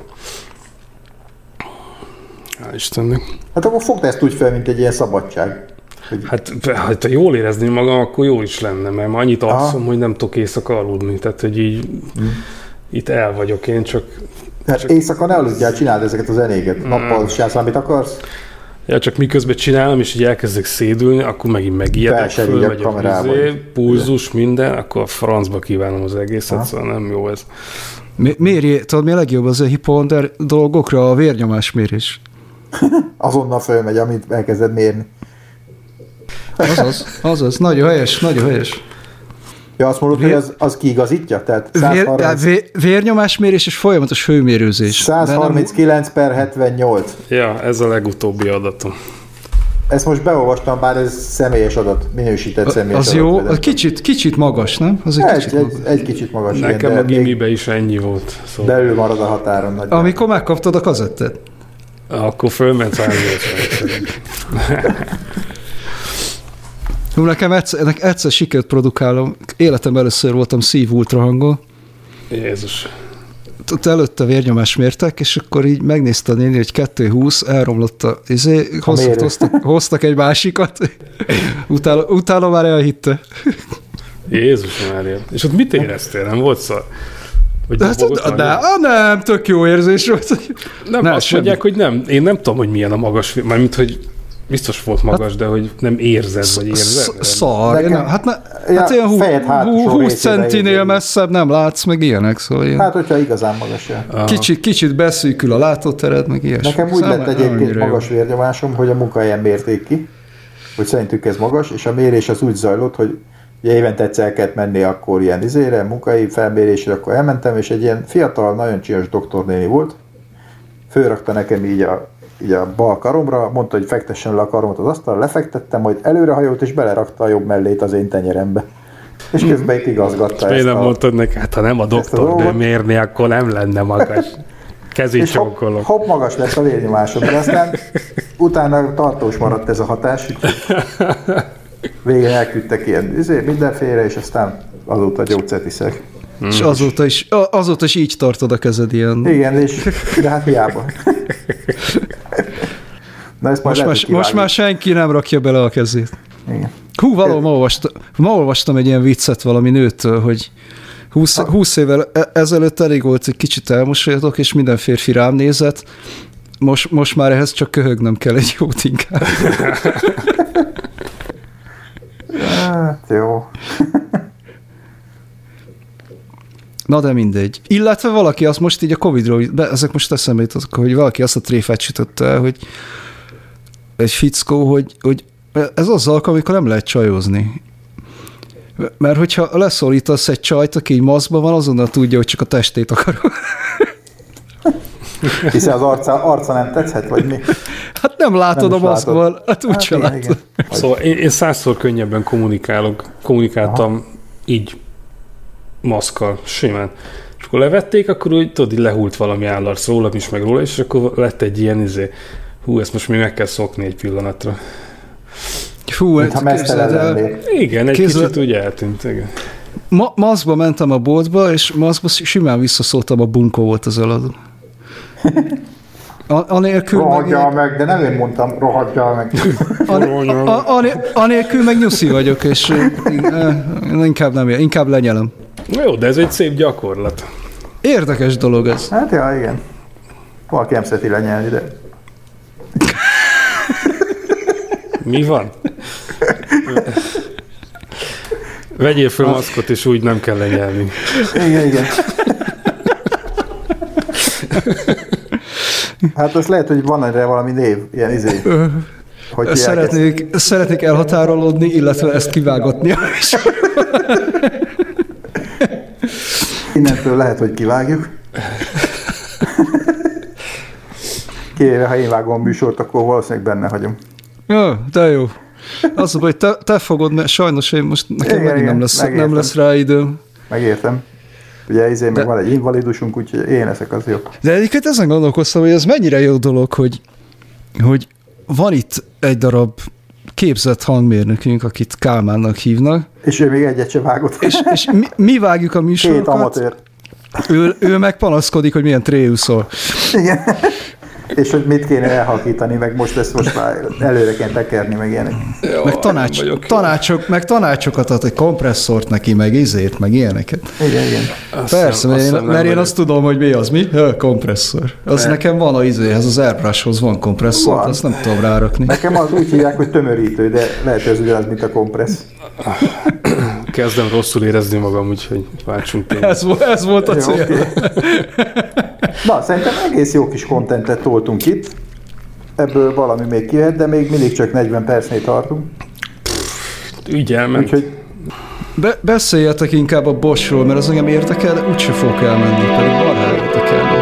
Hál' Istennek. Hát akkor fogd ezt úgy fel, mint egy ilyen szabadság. Hogy Hát, hát ha jól érezni magam, akkor jó is lenne, mert ma annyit alszom, hogy nem tudok éjszaka aludni. Tehát, hogy így mm. itt el vagyok én, csak... hát csak éjszaka ne aludjál, csináld ezeket a zenéket. Mm. Nappal csinálsz, amit akarsz. Ja, csak miközben csinálom, és így elkezdek szédülni, akkor megint megijedek, fölmegy a vizé, pulzus, minden, akkor a francba kívánom az egészet, szóval nem jó ez. Mi, mérjé, tudod, mi a legjobb az a hiponder dolgokra a vérnyomásmérés? Azonnal fölmegy, amint elkezded mérni. Azaz, azaz, nagyon helyes, nagyon helyes. Ja, azt mondod, Vér... hogy az, az kiigazítja? Tehát Vér, százharminc... vé, vérnyomásmérés és folyamatos hőmérőzés. százharminckilenc per hetvennyolc. Ja, ez a legutóbbi adatom. Ezt most beolvastam, bár ez személyes adat, minősített személyes az adat. jó, Vezető. kicsit, kicsit magas, nem? Az egy, egy, kicsit egy, magas. egy kicsit magas. Nekem igen, a gimibe is ennyi volt. Szóval. Belül marad a határon. Nagy Amikor megkaptad a kazettát. Akkor fölment száznyolcvan. Hú, nekem egyszer, egyszer sikert produkálom. Életemben először voltam szív ultrahangol. Jézus. Ott előtte vérnyomás mértek, és akkor így megnézte a néni, hogy kettő húsz, elromlott a izé, hoztak, hoztak, hoztak egy másikat, utána, utána már elhitte. Jézus Mária. És ott mit éreztél? Nem volt szar? Vagy Hát, de, de, nem, tök jó érzés volt. Nem, ne, azt semmi. mondják, hogy nem. Én nem tudom, hogy milyen a magas, mármint, hogy biztos volt magas, hát, de hogy nem érzed, vagy érzed? Szar. Nekem, Nem, hát, ne, ja, hát ilyen fejed hátsó húsz részére centinél érzed. messzebb nem látsz, meg ilyenek. Szóval ilyen. Hát, hogyha igazán magas. Ja. Kicsit, kicsit beszűkül a látótered, meg ilyesmi. Nekem úgy Szóval lett nem egyébként annyira jó. magas vérnyomásom, hogy a munkahelyen mérték ki, hogy szerintük ez magas, és a mérés az úgy zajlott, hogy ugye évente egyszer el kellett menni akkor ilyen izére, munkahelyi felmérésre, akkor elmentem, és egy ilyen fiatal, nagyon csinos doktornéni volt, fölrakta nekem így a, így a bal karomra, mondta, hogy fektessen le a karomat az asztalra, lefektettem, majd előrehajolt, és belerakta a jobb mellét az én tenyerembe. És közben itt igazgatta És ezt nem a... mondtad neki, hát ha nem a doktornő mérni, akkor nem lenne magas. Kezét És hopp, csonkolok. hopp, magas lesz a vérnyomásom, de aztán utána tartós maradt ez a hatás. Végén elküldtek ilyen izé, mindenféle, és aztán azóta gyógyszert iszek. Hmm. És azóta is, azóta is így tartod a kezed ilyen. Igen, és de hát hiába. Na, ezt most, már, most már senki nem rakja bele a kezét. Igen. Hú, valahol ma olvastam, ma olvastam egy ilyen viccet valami nőtől, hogy húsz, húsz évvel ezelőtt elég volt, hogy kicsit elmosolyodok, és minden férfi rám nézett. Most, most már ehhez csak köhögnem kell egy jót inkább. Hát jó. Na de mindegy. Illetve valaki azt most így a Covidról, de ezek most eszembe jutottak, hogy valaki azt a tréfát sütötte el, hogy egy fickó, hogy, hogy ez az alkalom, amikor nem lehet csajozni. Mert hogyha leszólítasz egy csajt, aki így maszkban van, azonnal tudja, hogy csak a testét akarod. Hiszen az arca, arca nem tetszett, vagy mi? Hát nem látod nem a maszkban, hát úgy hát sem igen, látod. igen. Szóval én, én százszor könnyebben kommunikálok, kommunikáltam Aha. így maszkkal, simán. És akkor levették, akkor úgy tudod, így lehult valami állat, szólak is meg róla, és akkor lett egy ilyen izé. Hú, ezt most még meg kell szokni egy pillanatra. Hú, hát képzeld el. Igen, egy képzeld... kicsit úgy eltűnt, igen. Ma- maszkba mentem a boltba, és maszkba simán visszaszóltam, a bunkó volt az eladó. A- anélkül rohadjál meg... meg, de nem én mondtam, rohadjál meg. An- a- a- anélkül meg nyuszi vagyok, és inkább nem, inkább lenyelem. Jó, de ez egy szép gyakorlat. Érdekes dolog ez. Hát ja, igen. Valaki nem szereti lenyelni, de... Mi van? Vegyél föl maszkot, és úgy nem kell lenyelni. Igen, igen. Hát az lehet, hogy van erre valami név, ilyen izé. Hogy szeretnék, ezt... szeretnék elhatárolódni, illetve ezt kivágatni. Innentől lehet, hogy kivágjuk. Kivéve, ha én vágom a műsort, akkor valószínűleg benne hagyom. Ja, de jó. Az a baj, te, te fogod, mert sajnos én most nekem igen, nem, lesz, nem lesz rá időm. Megértem. Ugye izé meg van egy invalidusunk, úgyhogy én leszek, az jó. De egyébként ezen gondolkoztam, hogy ez mennyire jó dolog, hogy, hogy van itt egy darab képzett hangmérnökünk, akit Kálmánnak hívnak. És ő még egyet sem vágott. És, és mi, mi vágjuk a műsorokat. Két amatőr. Ő, ő meg panaszkodik, hogy milyen tréjú szól. Igen. És hogy mit kéne elhalkítani, meg most ezt most már előre kell tekerni, meg ilyenek. Jó, meg, tanács, tanácsok, meg tanácsokat ad, egy kompresszort neki, meg izét, meg ilyeneket. Igen, igen. Persze, mert, én, mert én azt tudom, hogy mi az, mi? Hö, kompresszor. Az ne. Nekem van a izéhez, az airbrushhoz van kompresszor, van. Azt nem tudom rárakni. Nekem az úgy hívják, hogy tömörítő, de lehet, hogy ez ugyanaz, mint a kompressz. Kezdem rosszul érezni magam, úgyhogy váltsunk tényleg. Ez, ez volt a jó, cél. Okay. Na, szerintem egész jó kis kontentet toltunk itt. Ebből valami még kijöhet, de még mindig csak negyven percnél tartunk. Ügy elment. Úgyhogy... Be- beszéljetek inkább a Boschról, mert az engem érdekel, de úgyse fogok elmenni, pedig marhára érdekelni.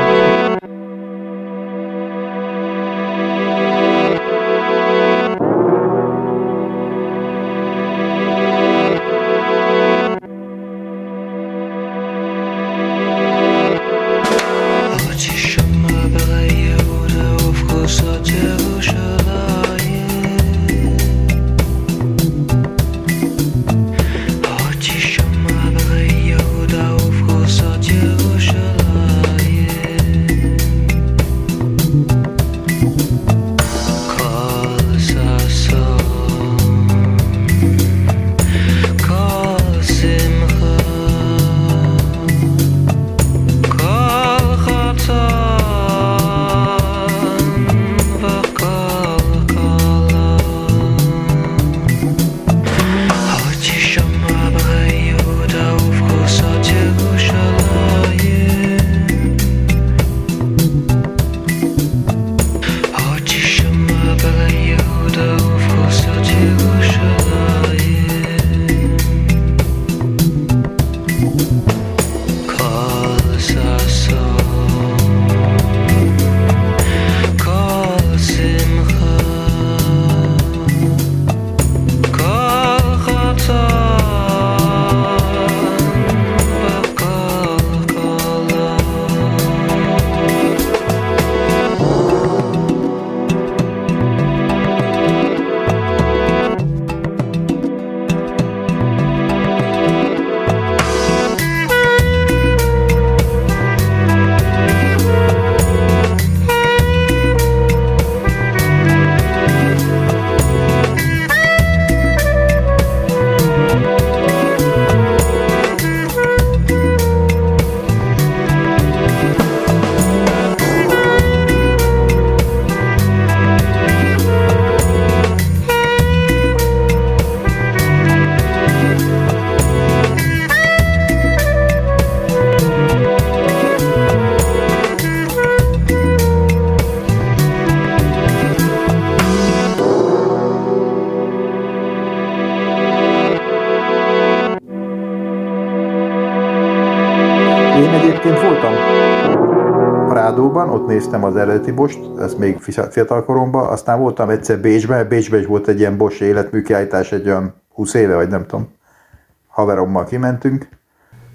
Ott néztem az eredeti Bosch-t, ez még fiatal koromban, aztán voltam egyszer Bécsben, Bécsben is volt egy ilyen Bosch életmű kiállítás, egy olyan húsz éve, vagy nem tudom, haverommal kimentünk,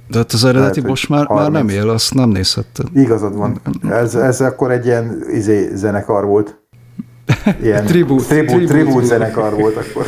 De hát az eredeti Lehet, Bosch már, már nem él, azt nem nézhetted. Igazad van. Ez, ez akkor egy ilyen izé, zenekar volt. Ilyen tribut, tribut, tribut, tribut zenekar volt akkor.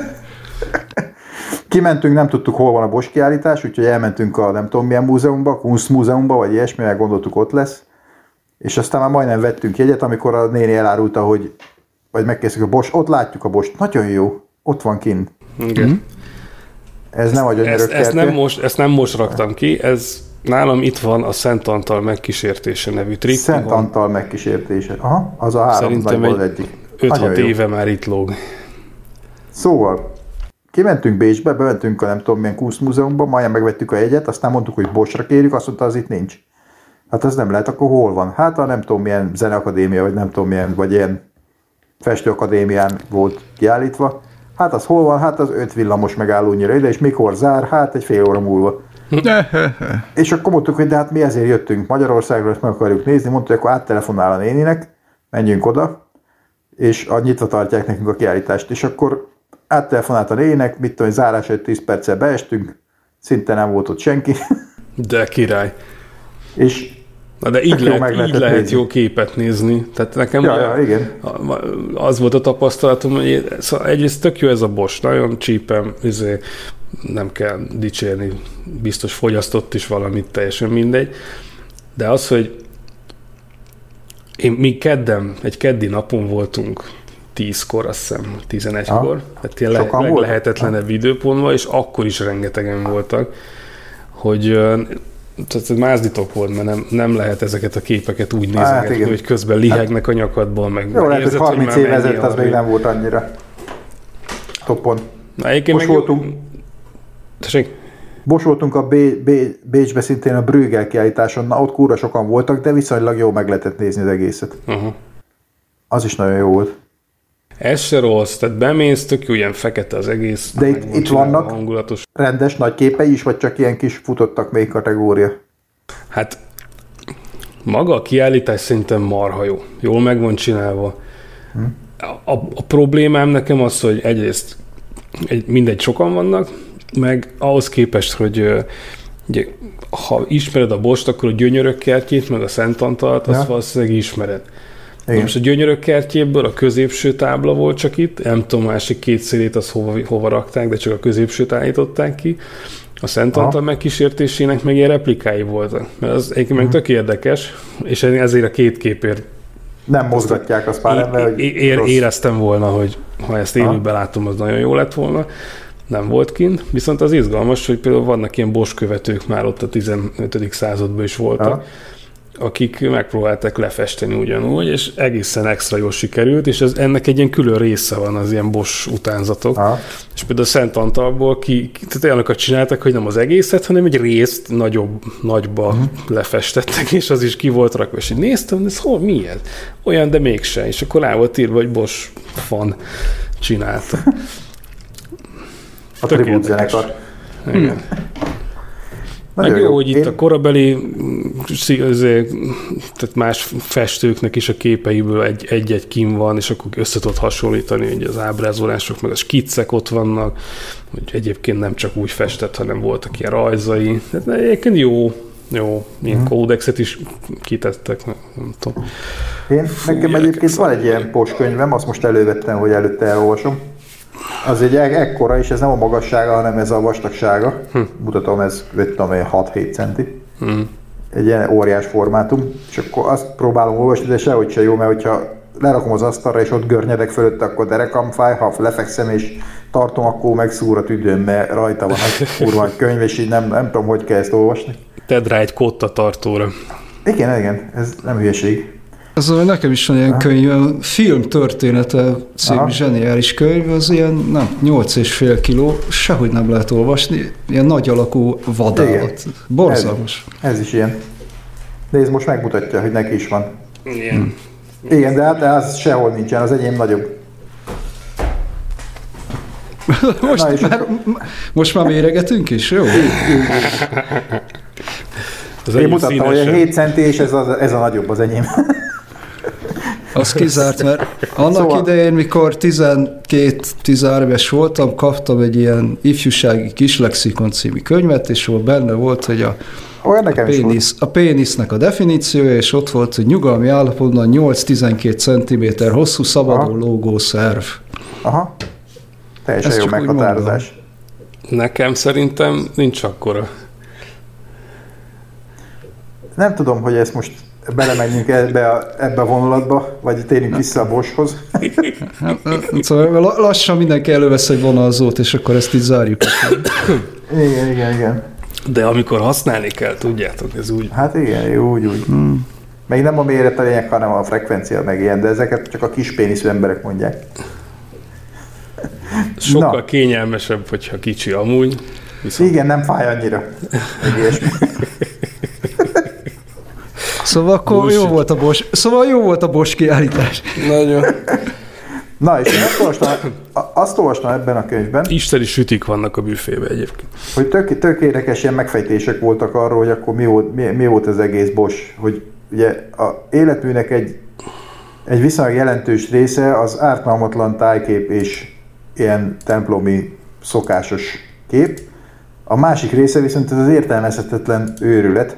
Kimentünk, nem tudtuk, hol van a Bosch kiállítás, úgyhogy elmentünk a nem tudom milyen múzeumba, Kunstmúzeumba, vagy ilyesmi, mert gondoltuk ott lesz. És aztán már majdnem vettünk jegyet, amikor a néni elárulta, hogy vagy megkérdeztük a Bosch, ott látjuk a Bosch, nagyon jó, ott van kint. Igen. Mm. Ez nem a ezt, ezt, nem most, ezt nem most raktam ki, ez nálam itt van a Szent Antal megkísértése nevű trikk. Szent Antal megkísértése. Aha, az a három szerintem nagyból egyik. öt-hat éve már itt lóg. Szóval, kimentünk Bécsbe, bementünk a nem tudom milyen Kunstmúzeumba, majdnem megvettük a jegyet, aztán mondtuk, hogy Boschra kérjük, azt mondta, az itt nincs. Hát ez nem lehet, akkor hol van? Hát a nem tudom milyen zeneakadémia, vagy nem tudom milyen, vagy ilyen festőakadémián volt kiállítva. Hát az hol van? Hát az öt villamos megállónyira ide, és mikor zár? Hát egy fél óra múlva. És akkor mondtuk, hogy de hát mi ezért jöttünk Magyarországról, ezt meg akarjuk nézni, mondtuk, hogy akkor áttelefonál a néninek, menjünk oda, és a nyitva tartják nekünk a kiállítást. És akkor áttelefonált a néninek, mit tudom, zárás előtt tíz perccel beestünk, szinte nem volt ott senki. De király. És na de így lehet, így lehet jó képet nézni. Tehát nekem ja, ja, igen. az volt a tapasztalatom, hogy szóval egyrészt tök jó ez a Bosch, nagyon csípem, izé, nem kell dicsérni, biztos fogyasztott is valamit, teljesen mindegy. De az, hogy én, mi kedden, egy keddi napon voltunk tízkor, azt hiszem, tizenegykor, tehát tényleg leglehetetlenebb időpontban, és akkor is rengetegen voltak, hogy tehát mázditok volt, mert nem, nem lehet ezeket a képeket úgy nézegetni, hát hogy közben lihegnek a nyakadból, meg jó, lehet, hogy harminc év ezelőtt az még nem volt annyira toppon. Na, Most voltunk, tessék? Most voltunk a B- B- Bécsbe szintén a Brüggel kiállításon, na ott kúra sokan voltak, de viszonylag jó meg lehetett nézni az egészet. Uh-huh. Az is nagyon jó volt. Ez se rossz, tehát bemész, tök jó, ilyen fekete az egész. De itt, itt vannak hangulatos rendes nagy képei is, vagy csak ilyen kis futottak még kategória? Hát maga a kiállítás szerintem marha jó. Jól meg van csinálva. Hm. A, a, a problémám nekem az, hogy egyrészt egy, mindegy sokan vannak, meg ahhoz képest, hogy ugye, ha ismered a Bost, akkor a Gyönyörök kertjét, meg a Szent Antalt, azt ja. valószínűleg ismered. Most a Gyönyörök kertjéből a középső tábla volt csak itt, nem tudom, másik két szélét az hova, hova rakták, de csak a középsőt állították ki. A Szent Antal megkísértésének meg ilyen replikái voltak. Mert az egyébként meg tök érdekes, és ezért a két képért nem mozgatják azt pár ember, hogy ér, éreztem volna, hogy ha ezt élőben látom, az nagyon jó lett volna. Nem volt kint, viszont az izgalmas, hogy például vannak ilyen Bosch követők már ott a tizenötödik században is voltak, Aha. akik megpróbálták lefesteni ugyanúgy, és egészen extra jól sikerült, és ez, ennek egy ilyen külön része van, az ilyen Bosch utánzatok. Aha. És például a Szent Antalból ki, tehát olyanokat csináltak, hogy nem az egészet, hanem egy részt nagyobb, nagyba uh-huh. lefestettek, és az is ki volt rakva, és így néztem, ez hol, mi ez? Olyan, de mégse. És akkor rá volt írva, hogy Bosch fan csinálta. A tribut zenekar. Igen. Meg jó, jó, hogy itt Én... a korabeli tehát más festőknek is a képeiből egy, egy-egy kim van, és akkor össze tudod hasonlítani, hogy az ábrázolások, meg a skiccek ott vannak, hogy egyébként nem csak úgy festett, hanem voltak ilyen rajzai. Tehát egyébként jó, jó, ilyen hmm. kódexet is kitettek, nem tudom. Én, Fú, nekem egyébként van egy ilyen Bosch könyvem, azt most elővettem, hogy előtte elolvasom. Az egy ekkora, és ez nem a magassága, hanem ez a vastagsága. Hm. Mutatom, ez hat-hét centi. Hm. Egy ilyen óriás formátum. És akkor azt próbálom olvasni, de sehogy se jó, mert hogyha lerakom az asztalra, és ott görnyedek fölött, akkor derekam fáj, ha lefekszem és tartom, akkor megszúr a tüdőm, mert rajta van egy kurva könyv, és így nem, nem tudom, hogy kell ezt olvasni. Tedd rá egy kotta tartóra. Igen, igen, ez nem hülyeség. Az, nekem is van ilyen könyv, a Film története című Aha. zseniális könyv, az ilyen nem, nyolc és fél kiló, sehogy nem lehet olvasni, ilyen nagy alakú vadállat. Borzalmas. Ez, ez is ilyen. Nézd, most megmutatja, hogy neki is van. Igen. Hm. Igen, de hát az sehol nincsen, az enyém nagyobb. most, Na, már, most már méregetünk is, jó? Én mutattam, hogy hét centi, és ez a, ez a nagyobb az enyém. Az kizárt, mert annak szóval... idején, mikor tizenkét-tizenhárom éves voltam, kaptam egy ilyen ifjúsági kislexikon című könyvet, és ahol benne volt, hogy a, a, pénisz, a pénisznek a definíciója, és ott volt, hogy nyugalmi állapotban nyolc-tizenkét centiméter hosszú, szabadon lógó szerv. Aha. Teljesen jó meghatározás. Nekem szerintem nincs akkora. Nem tudom, hogy ezt most belemenjünk ebbe a, ebbe a vonulatba, vagy térjünk vissza a Boschhoz. Szóval lassan mindenki elővesz egy vonalzót, és akkor ezt így zárjuk. Igen, igen, igen. De amikor használni kell, tudjátok, ez úgy. Hát igen, úgy, úgy. Hmm. Meg nem a méret a lényeg, hanem a frekvencia, meg ilyen, de ezeket csak a kis péniszű emberek mondják. Sokkal Na. kényelmesebb, hogyha kicsi amúgy. Viszont... Igen, nem fáj annyira. Szóval akkor Bullshit. jó volt a Bosch, szóval jó volt a Bosch kiállítás. Nagyon. Na, és én azt olvastam, azt olvastam ebben a könyvben. Isteni sütik vannak a büfébe egyébként. Hogy tök, tök érdekes ilyen megfejtések voltak arról, hogy akkor mi volt, mi, mi volt az egész Bosch. Hogy ugye a életműnek egy, egy viszonylag jelentős része az ártalmatlan tájkép és ilyen templomi szokásos kép. A másik része viszont ez az értelmezhetetlen őrület,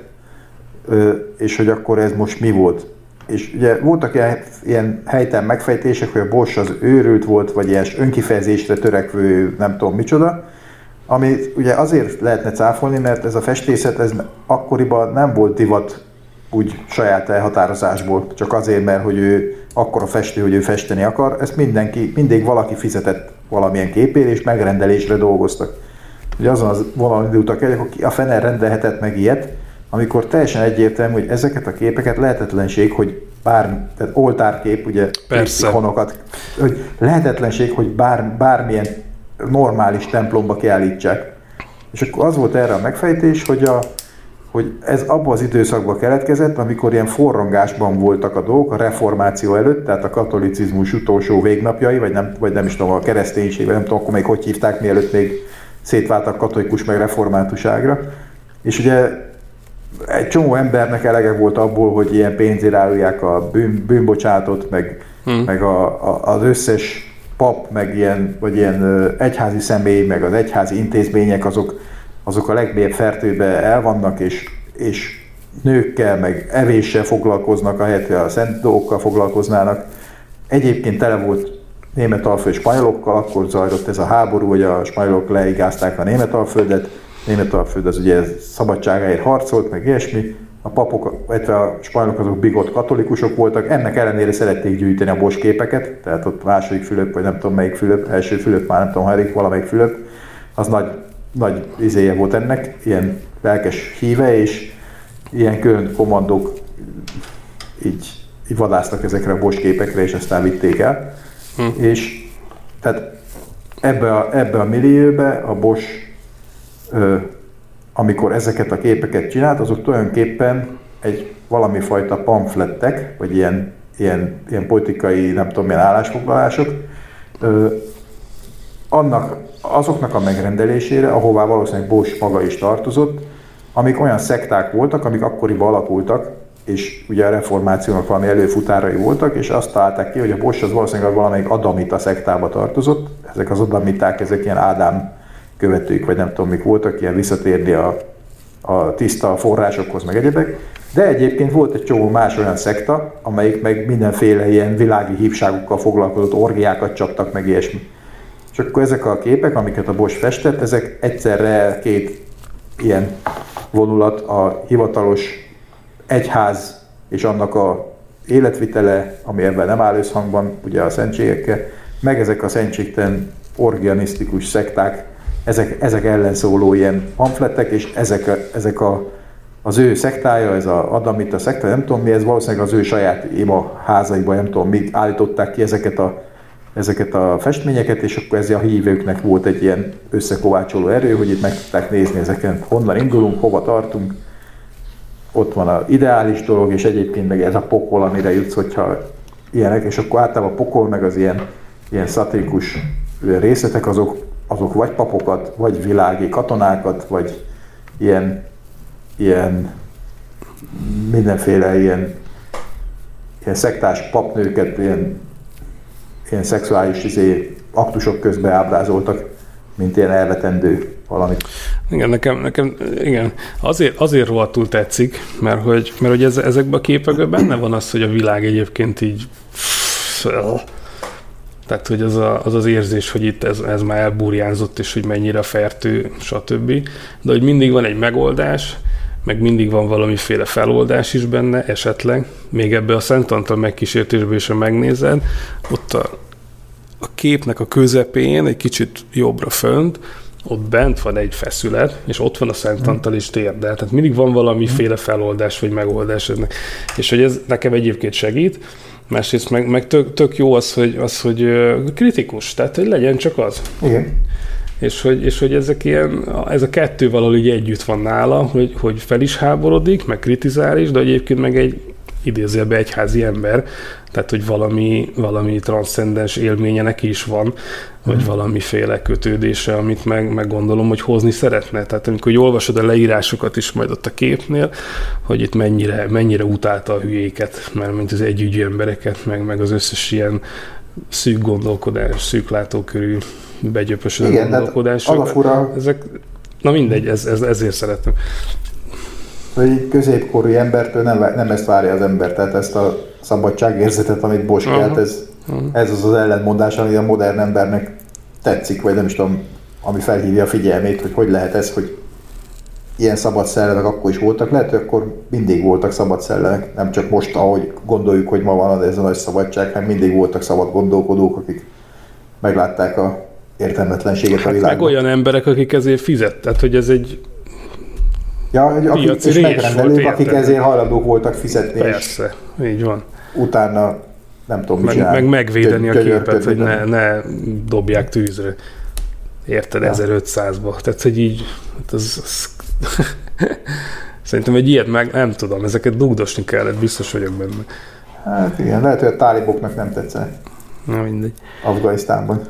és hogy akkor ez most mi volt. És ugye voltak ilyen, ilyen helytelen megfejtések, hogy a Bosch az őrült volt, vagy ilyen önkifejezésre törekvő nem tudom micsoda, ami ugye azért lehetne cáfolni, mert ez a festészet ez akkoriban nem volt divat úgy saját elhatározásból, csak azért, mert hogy ő akkora festő, hogy ő festeni akar, ezt mindenki, mindig valaki fizetett valamilyen képért, és megrendelésre dolgoztak. Ugye azon az vonalon indultak el, hogy a fene rendelhetett meg ilyet, amikor teljesen egyértelmű, hogy ezeket a képeket lehetetlenség, hogy bár, tehát oltárkép, ugye honokat, hogy lehetetlenség, hogy bár, bármilyen normális templomba kiállítsák. És akkor az volt erre a megfejtés, hogy, a, hogy ez abban az időszakban keletkezett, amikor ilyen forrongásban voltak a dolgok, a reformáció előtt, tehát a katolicizmus utolsó végnapjai, vagy nem, vagy nem is tudom, a kereszténység, vagy nem tudom, akkor még hogy hívták, mielőtt még szétváltak katolikus meg reformátuságra. És ugye egy csomó embernek elege volt abból, hogy ilyen pénzért árulják a bűn, bűnbocsátot, meg, hmm. meg a, a, az összes pap, meg ilyen, vagy ilyen egyházi személy, meg az egyházi intézmények, azok, azok a legmélyebb fertőbe el vannak, és, és nőkkel, meg evéssel foglalkoznak, ahelyett, hogy a szent dolgokkal foglalkoznának. Egyébként tele volt Németalföld spanyolokkal, akkor zajlott ez a háború, hogy a spanyolok leigázták a Németalföldet. Németalföld az ugye szabadságáért harcolt, meg ilyesmi. A papok, illetve a spanyolok azok bigott katolikusok voltak, ennek ellenére szerették gyűjteni a Bosch képeket, tehát ott második Fülöp, vagy nem tudom melyik Fülöp, első Fülöp, már nem tudom, harik, valamelyik Fülöp, az nagy, nagy izéje volt ennek, ilyen lelkes híve, és ilyen külön kommandók így, így vadásztak ezekre a Bosch képekre, és aztán vitték el. Hm. És tehát ebbe a, ebbe a millióbe a Bosch, ö, amikor ezeket a képeket csinált, azok tulajdonképpen egy valami fajta pamflettek, vagy ilyen, ilyen, ilyen politikai, nem tudom milyen állásfoglalások, ö, annak, azoknak a megrendelésére, ahová valószínűleg Bosch maga is tartozott, amik olyan szekták voltak, amik akkoriban alakultak, és ugye a reformációnak valami előfutárai voltak, és azt találták ki, hogy a Bosch az valószínűleg valamelyik adamita szektába tartozott. Ezek az adamiták, ezek ilyen Ádám követők, vagy nem tudom mik voltak, ilyen visszatérni a, a tiszta forrásokhoz, meg egyebek. De egyébként volt egy csomó más olyan szekta, amelyik meg mindenféle ilyen világi hívságokkal foglalkozott, orgiákat csaptak, meg ilyesmi. És akkor ezek a képek, amiket a Bosch festett, ezek egyszerre két ilyen vonulat, a hivatalos egyház és annak a életvitele, ami ebben nem áll összhangban, ugye a szentségekkel, meg ezek a szentségtelen orgianisztikus szekták, ezek, ezek ellen szóló ilyen pamflettek, és ezek, ezek a, az ő szektája, ez a adamita szekta, nem tudom mi, ez valószínűleg az ő saját ima házaiban, nem tudom, míg állították ki ezeket a, ezeket a festményeket, és akkor ez a hívőknek volt egy ilyen összekovácsoló erő, hogy itt meg tudták nézni ezeken, honnan indulunk, hova tartunk. Ott van az ideális dolog, és egyébként meg ez a pokol, amire jutsz, hogyha ilyenek, és akkor általában a pokol, meg az ilyen, ilyen szatirikus részletek, azok, azok vagy papokat, vagy világi katonákat, vagy ilyen, ilyen mindenféle ilyen ilyen szektás papnőket ilyen, ilyen szexuális izé, aktusok közben ábrázoltak, mint ilyen elvetendő valamit. Igen, nekem, nekem igen, azért, azért rohadtul tetszik, mert hogy, mert hogy ez, ezekben a képekben benne van az, hogy a világ egyébként így tehát, hogy az, a, az az érzés, hogy itt ez, ez már elburjánzott, és hogy mennyire fertő, stb. De hogy mindig van egy megoldás, meg mindig van valamiféle feloldás is benne, esetleg. Még ebbe a Szent Antal megkísértésben is, ha megnézed, ott a, a képnek a közepén, egy kicsit jobbra fönt, ott bent van egy feszület, és ott van a Szent Antal is térdel. Tehát mindig van valamiféle feloldás, vagy megoldás ennek. És hogy ez nekem egyébként segít, másrészt meg, meg tök, tök jó az, hogy, az, hogy kritikus, tehát hogy legyen csak az. Igen. És hogy, és hogy ezek ilyen, ez a kettő valahol így együtt van nála, hogy, hogy fel is háborodik, meg kritizál is, de egyébként meg egy idézőjelben egyházi ember, tehát hogy valami, valami transzcendens élménye neki is van, vagy mm. valamiféle kötődése, amit meg, meg gondolom, hogy hozni szeretne. Tehát amikor olvasod a leírásokat is majd ott a képnél, hogy itt mennyire, mennyire utálta a hülyéket, mert mint az együgyű embereket, meg, meg az összes ilyen szűk gondolkodás, szűk látókörű begyöpösödő gondolkodásokat. Fura... Ezek, na mindegy, ez, ez, ezért szeretem. Egy középkorú embertől nem, nem ezt várja az ember, tehát ezt a szabadságérzetet, amit Bosch kelt, ez, ez az az ellentmondás, ami a modern embernek tetszik, vagy nem is tudom, ami felhívja a figyelmét, hogy hogy lehet ez, hogy ilyen szabad szellemek akkor is voltak. Lehet, hogy akkor mindig voltak szabad szellemek, nem csak most, ahogy gondoljuk, hogy ma van ez a nagy szabadság, hanem mindig voltak szabad gondolkodók, akik meglátták a értelmetlenséget hát a világban. Meg olyan emberek, akik ezért fizet, tehát hogy ez egy ja, hogy akik, és megrendelők, akik ezért hajlandók voltak fizetni. Persze, így van. Utána nem tudom, mit meg, csinál. Meg megvédeni a képet, hogy ne, ne dobják tűzre. Érted, ja. ezerötszázba. Tehát, hogy így, hát az, az szerintem egy ilyet meg, nem tudom, ezeket dugdosni kellett, biztos vagyok benne. Hát igen, lehet, hogy a táliboknak nem tetszene. Na mindegy. Afganisztánban.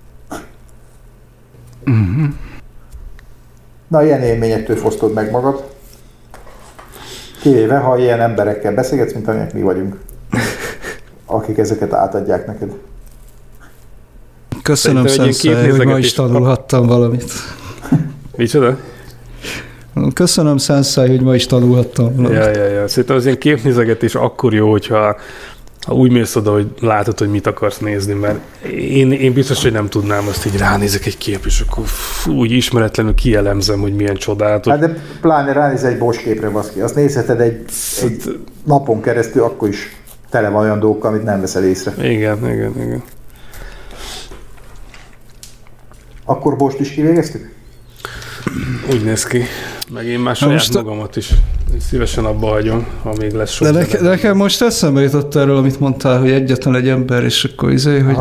Uh-huh. Na, ilyen élményektől fosztod meg magad. Kivéve, ha ilyen emberekkel beszélgetsz, mint amilyenek mi vagyunk. Akik ezeket átadják neked. Köszönöm, Szenszej, hogy ma is tanulhattam valamit. Micsoda? Köszönöm, Szenszej, hogy ma is tanulhattam valamit. Ja, ja, ja. Szerintem az ilyen képnézegetés akkor jó, hogyha ha úgy mész oda, hogy látod, hogy mit akarsz nézni, mert én, én biztos, hogy nem tudnám azt, hogy ránézek egy kép, és akkor fú, úgy ismeretlenül kielemzem, hogy milyen csodálatos. Hát de pláne ránéz egy Bosch képre, baszki. Azt nézheted egy, egy napon keresztül, akkor is tele van olyan dolgokkal, amit nem veszel észre. Igen, igen, igen. Akkor Bosch-t is kivégeztük? Úgy néz ki. Meg én már saját most magamat is szívesen abba hagyom, ha még lesz sok. De nekem, nekem most eszembe jutott erről, amit mondtál, hogy egyetlen egy ember, és akkor izé, hogy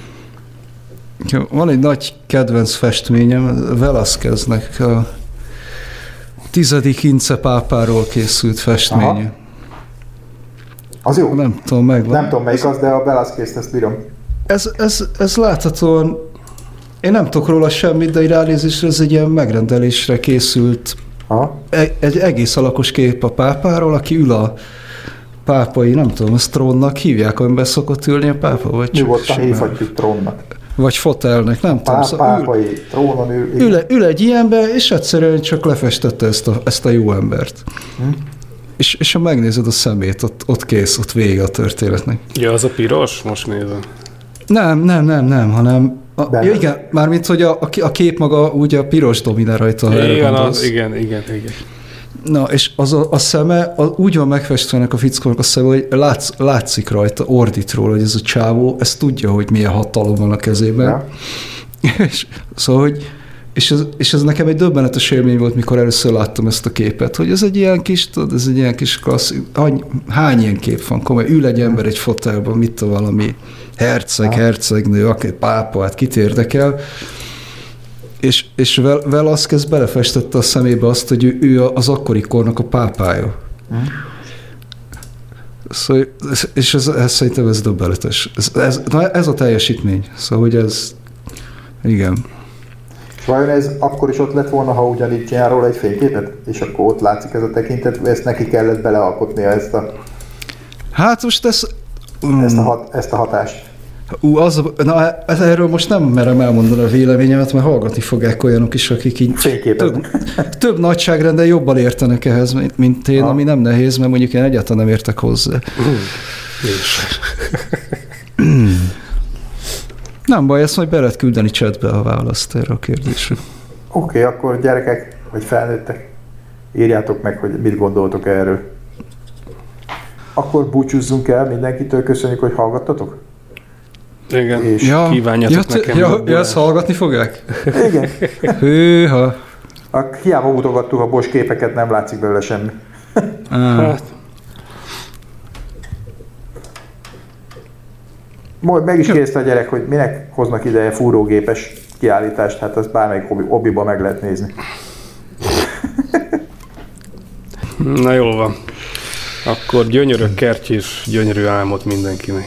van egy nagy kedvenc festményem, Velázqueznek a tizedik Ince pápáról készült festménye. Aha. Az jó? Nem tudom, megvan. Nem tudom melyik az, de a Velázquezt ezt bírom. Ez, ez, ez láthatóan, én nem tudok róla semmit, de ránézésre ez egy ilyen megrendelésre készült Aha. egy egész alakos kép a pápáról, aki ül a pápai, nem tudom, ezt trónnak hívják, amiben szokott ülni a pápa, vagy csak nyugodtan hívhatjuk trónnak. Vagy fotelnek, nem Pá, tudom. Pápai ül, trónon ül. Ül, ül egy ilyenbe, és egyszerűen csak lefestette ezt a, ezt a jó embert. Hm? És, és ha megnézed a szemét, ott, ott kész, ott vége a történetnek. Ja, az a piros? Most nézem. Nem, nem, nem, nem, hanem a, ja, igen, mármint, hogy a, a kép maga ugye a piros dominál rajta. Igen, az, igen, igen, igen. Na, és az a, a szeme, az, úgy van megfestve a fickónak a szeme, hogy látsz, látszik rajta, ordít róla, hogy ez a csávó, ez tudja, hogy milyen hatalom van a kezében. Ja. és, szóval, hogy És ez, és ez nekem egy döbbenetes élmény volt, mikor először láttam ezt a képet, hogy ez egy ilyen kis, tudod, ez egy ilyen kis klasszik, hány, hány ilyen kép van, komoly, ül egy ember egy fotelban, mit a valami herceg, hercegnő, akár pápa, hát kit érdekel, és, és Velázquez belefestette a szemébe azt, hogy ő, ő az akkori kornak a pápája. Hmm. Szóval, és ez, ez szerintem ez döbbenetes. Ez, ez, na ez a teljesítmény. Szóval, hogy ez, igen. Vajon ez akkor is ott lett volna, ha ugyanígy csinál róla egy fényképet, és akkor ott látszik ez a tekintet, ezt neki kellett belealkotnia ezt a... Hát most ez, ezt, a hat, ezt a hatást? Ú, az, na, ez, erről most nem merem elmondani a véleményemet, mert hallgatni fogják olyanok is, akik így több, több nagyságrenden jobban értenek ehhez, mint én, ha. Ami nem nehéz, mert mondjuk én egyáltalán nem értek hozzá. Nem baj, ezt majd be lehet küldeni chatbe a választ erre a kérdésre. Oké, okay, akkor gyerekek, vagy felnőttek, írjátok meg, hogy mit gondoltok erről. Akkor búcsúzzunk el mindenkitől, köszönjük, hogy hallgattatok. Igen, és ja, kívánjatok ja, nekem. Ja, ja, ezt hallgatni fogják? Igen. Hűha. A, hiába mutogattuk a Bosch képeket, nem látszik belőle semmi. Hát. Meg is kérdezte a gyerek, hogy minek hoznak ide fúrógépes kiállítást, hát azt bármelyik hobbiban meg lehet nézni. Na jól van. Akkor gyönyörű kertj és gyönyörű álmot mindenkinek.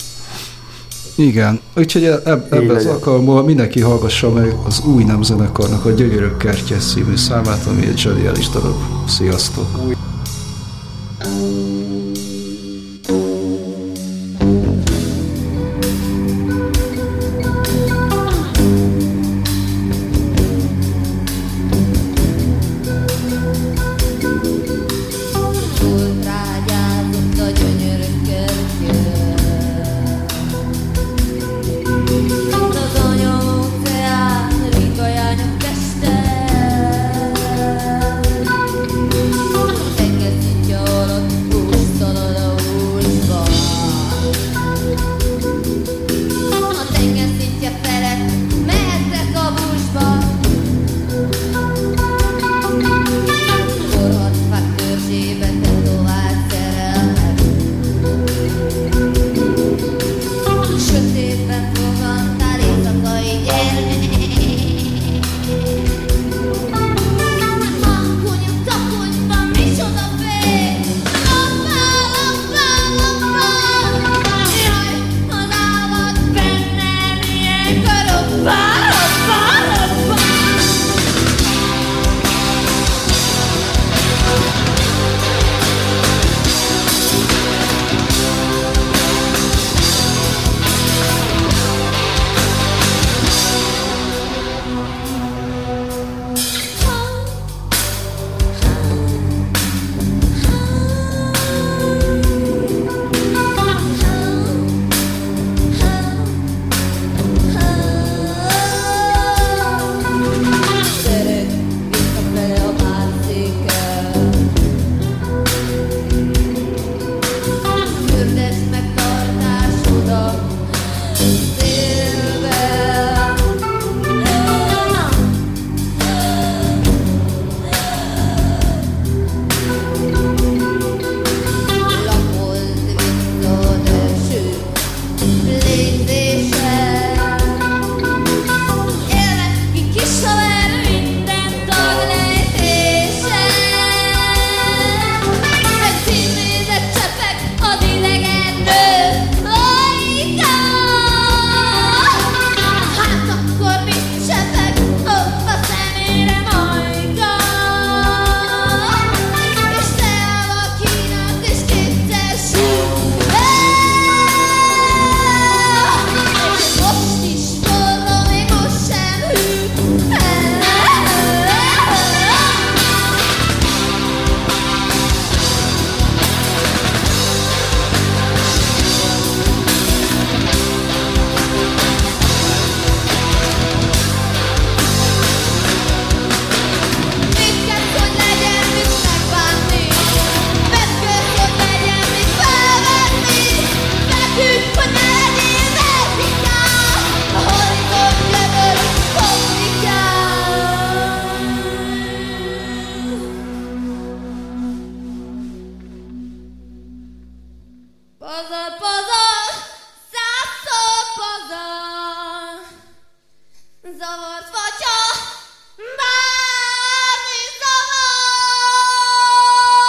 Igen, úgyhogy eb- ebben az alkalommal mindenki hallgassa meg az új nemzenekarnak a Gyönyörök kertje című számát, ami egy zseniális darab. Sziasztok!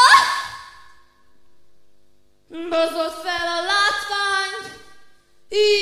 Bozott fel a látvány,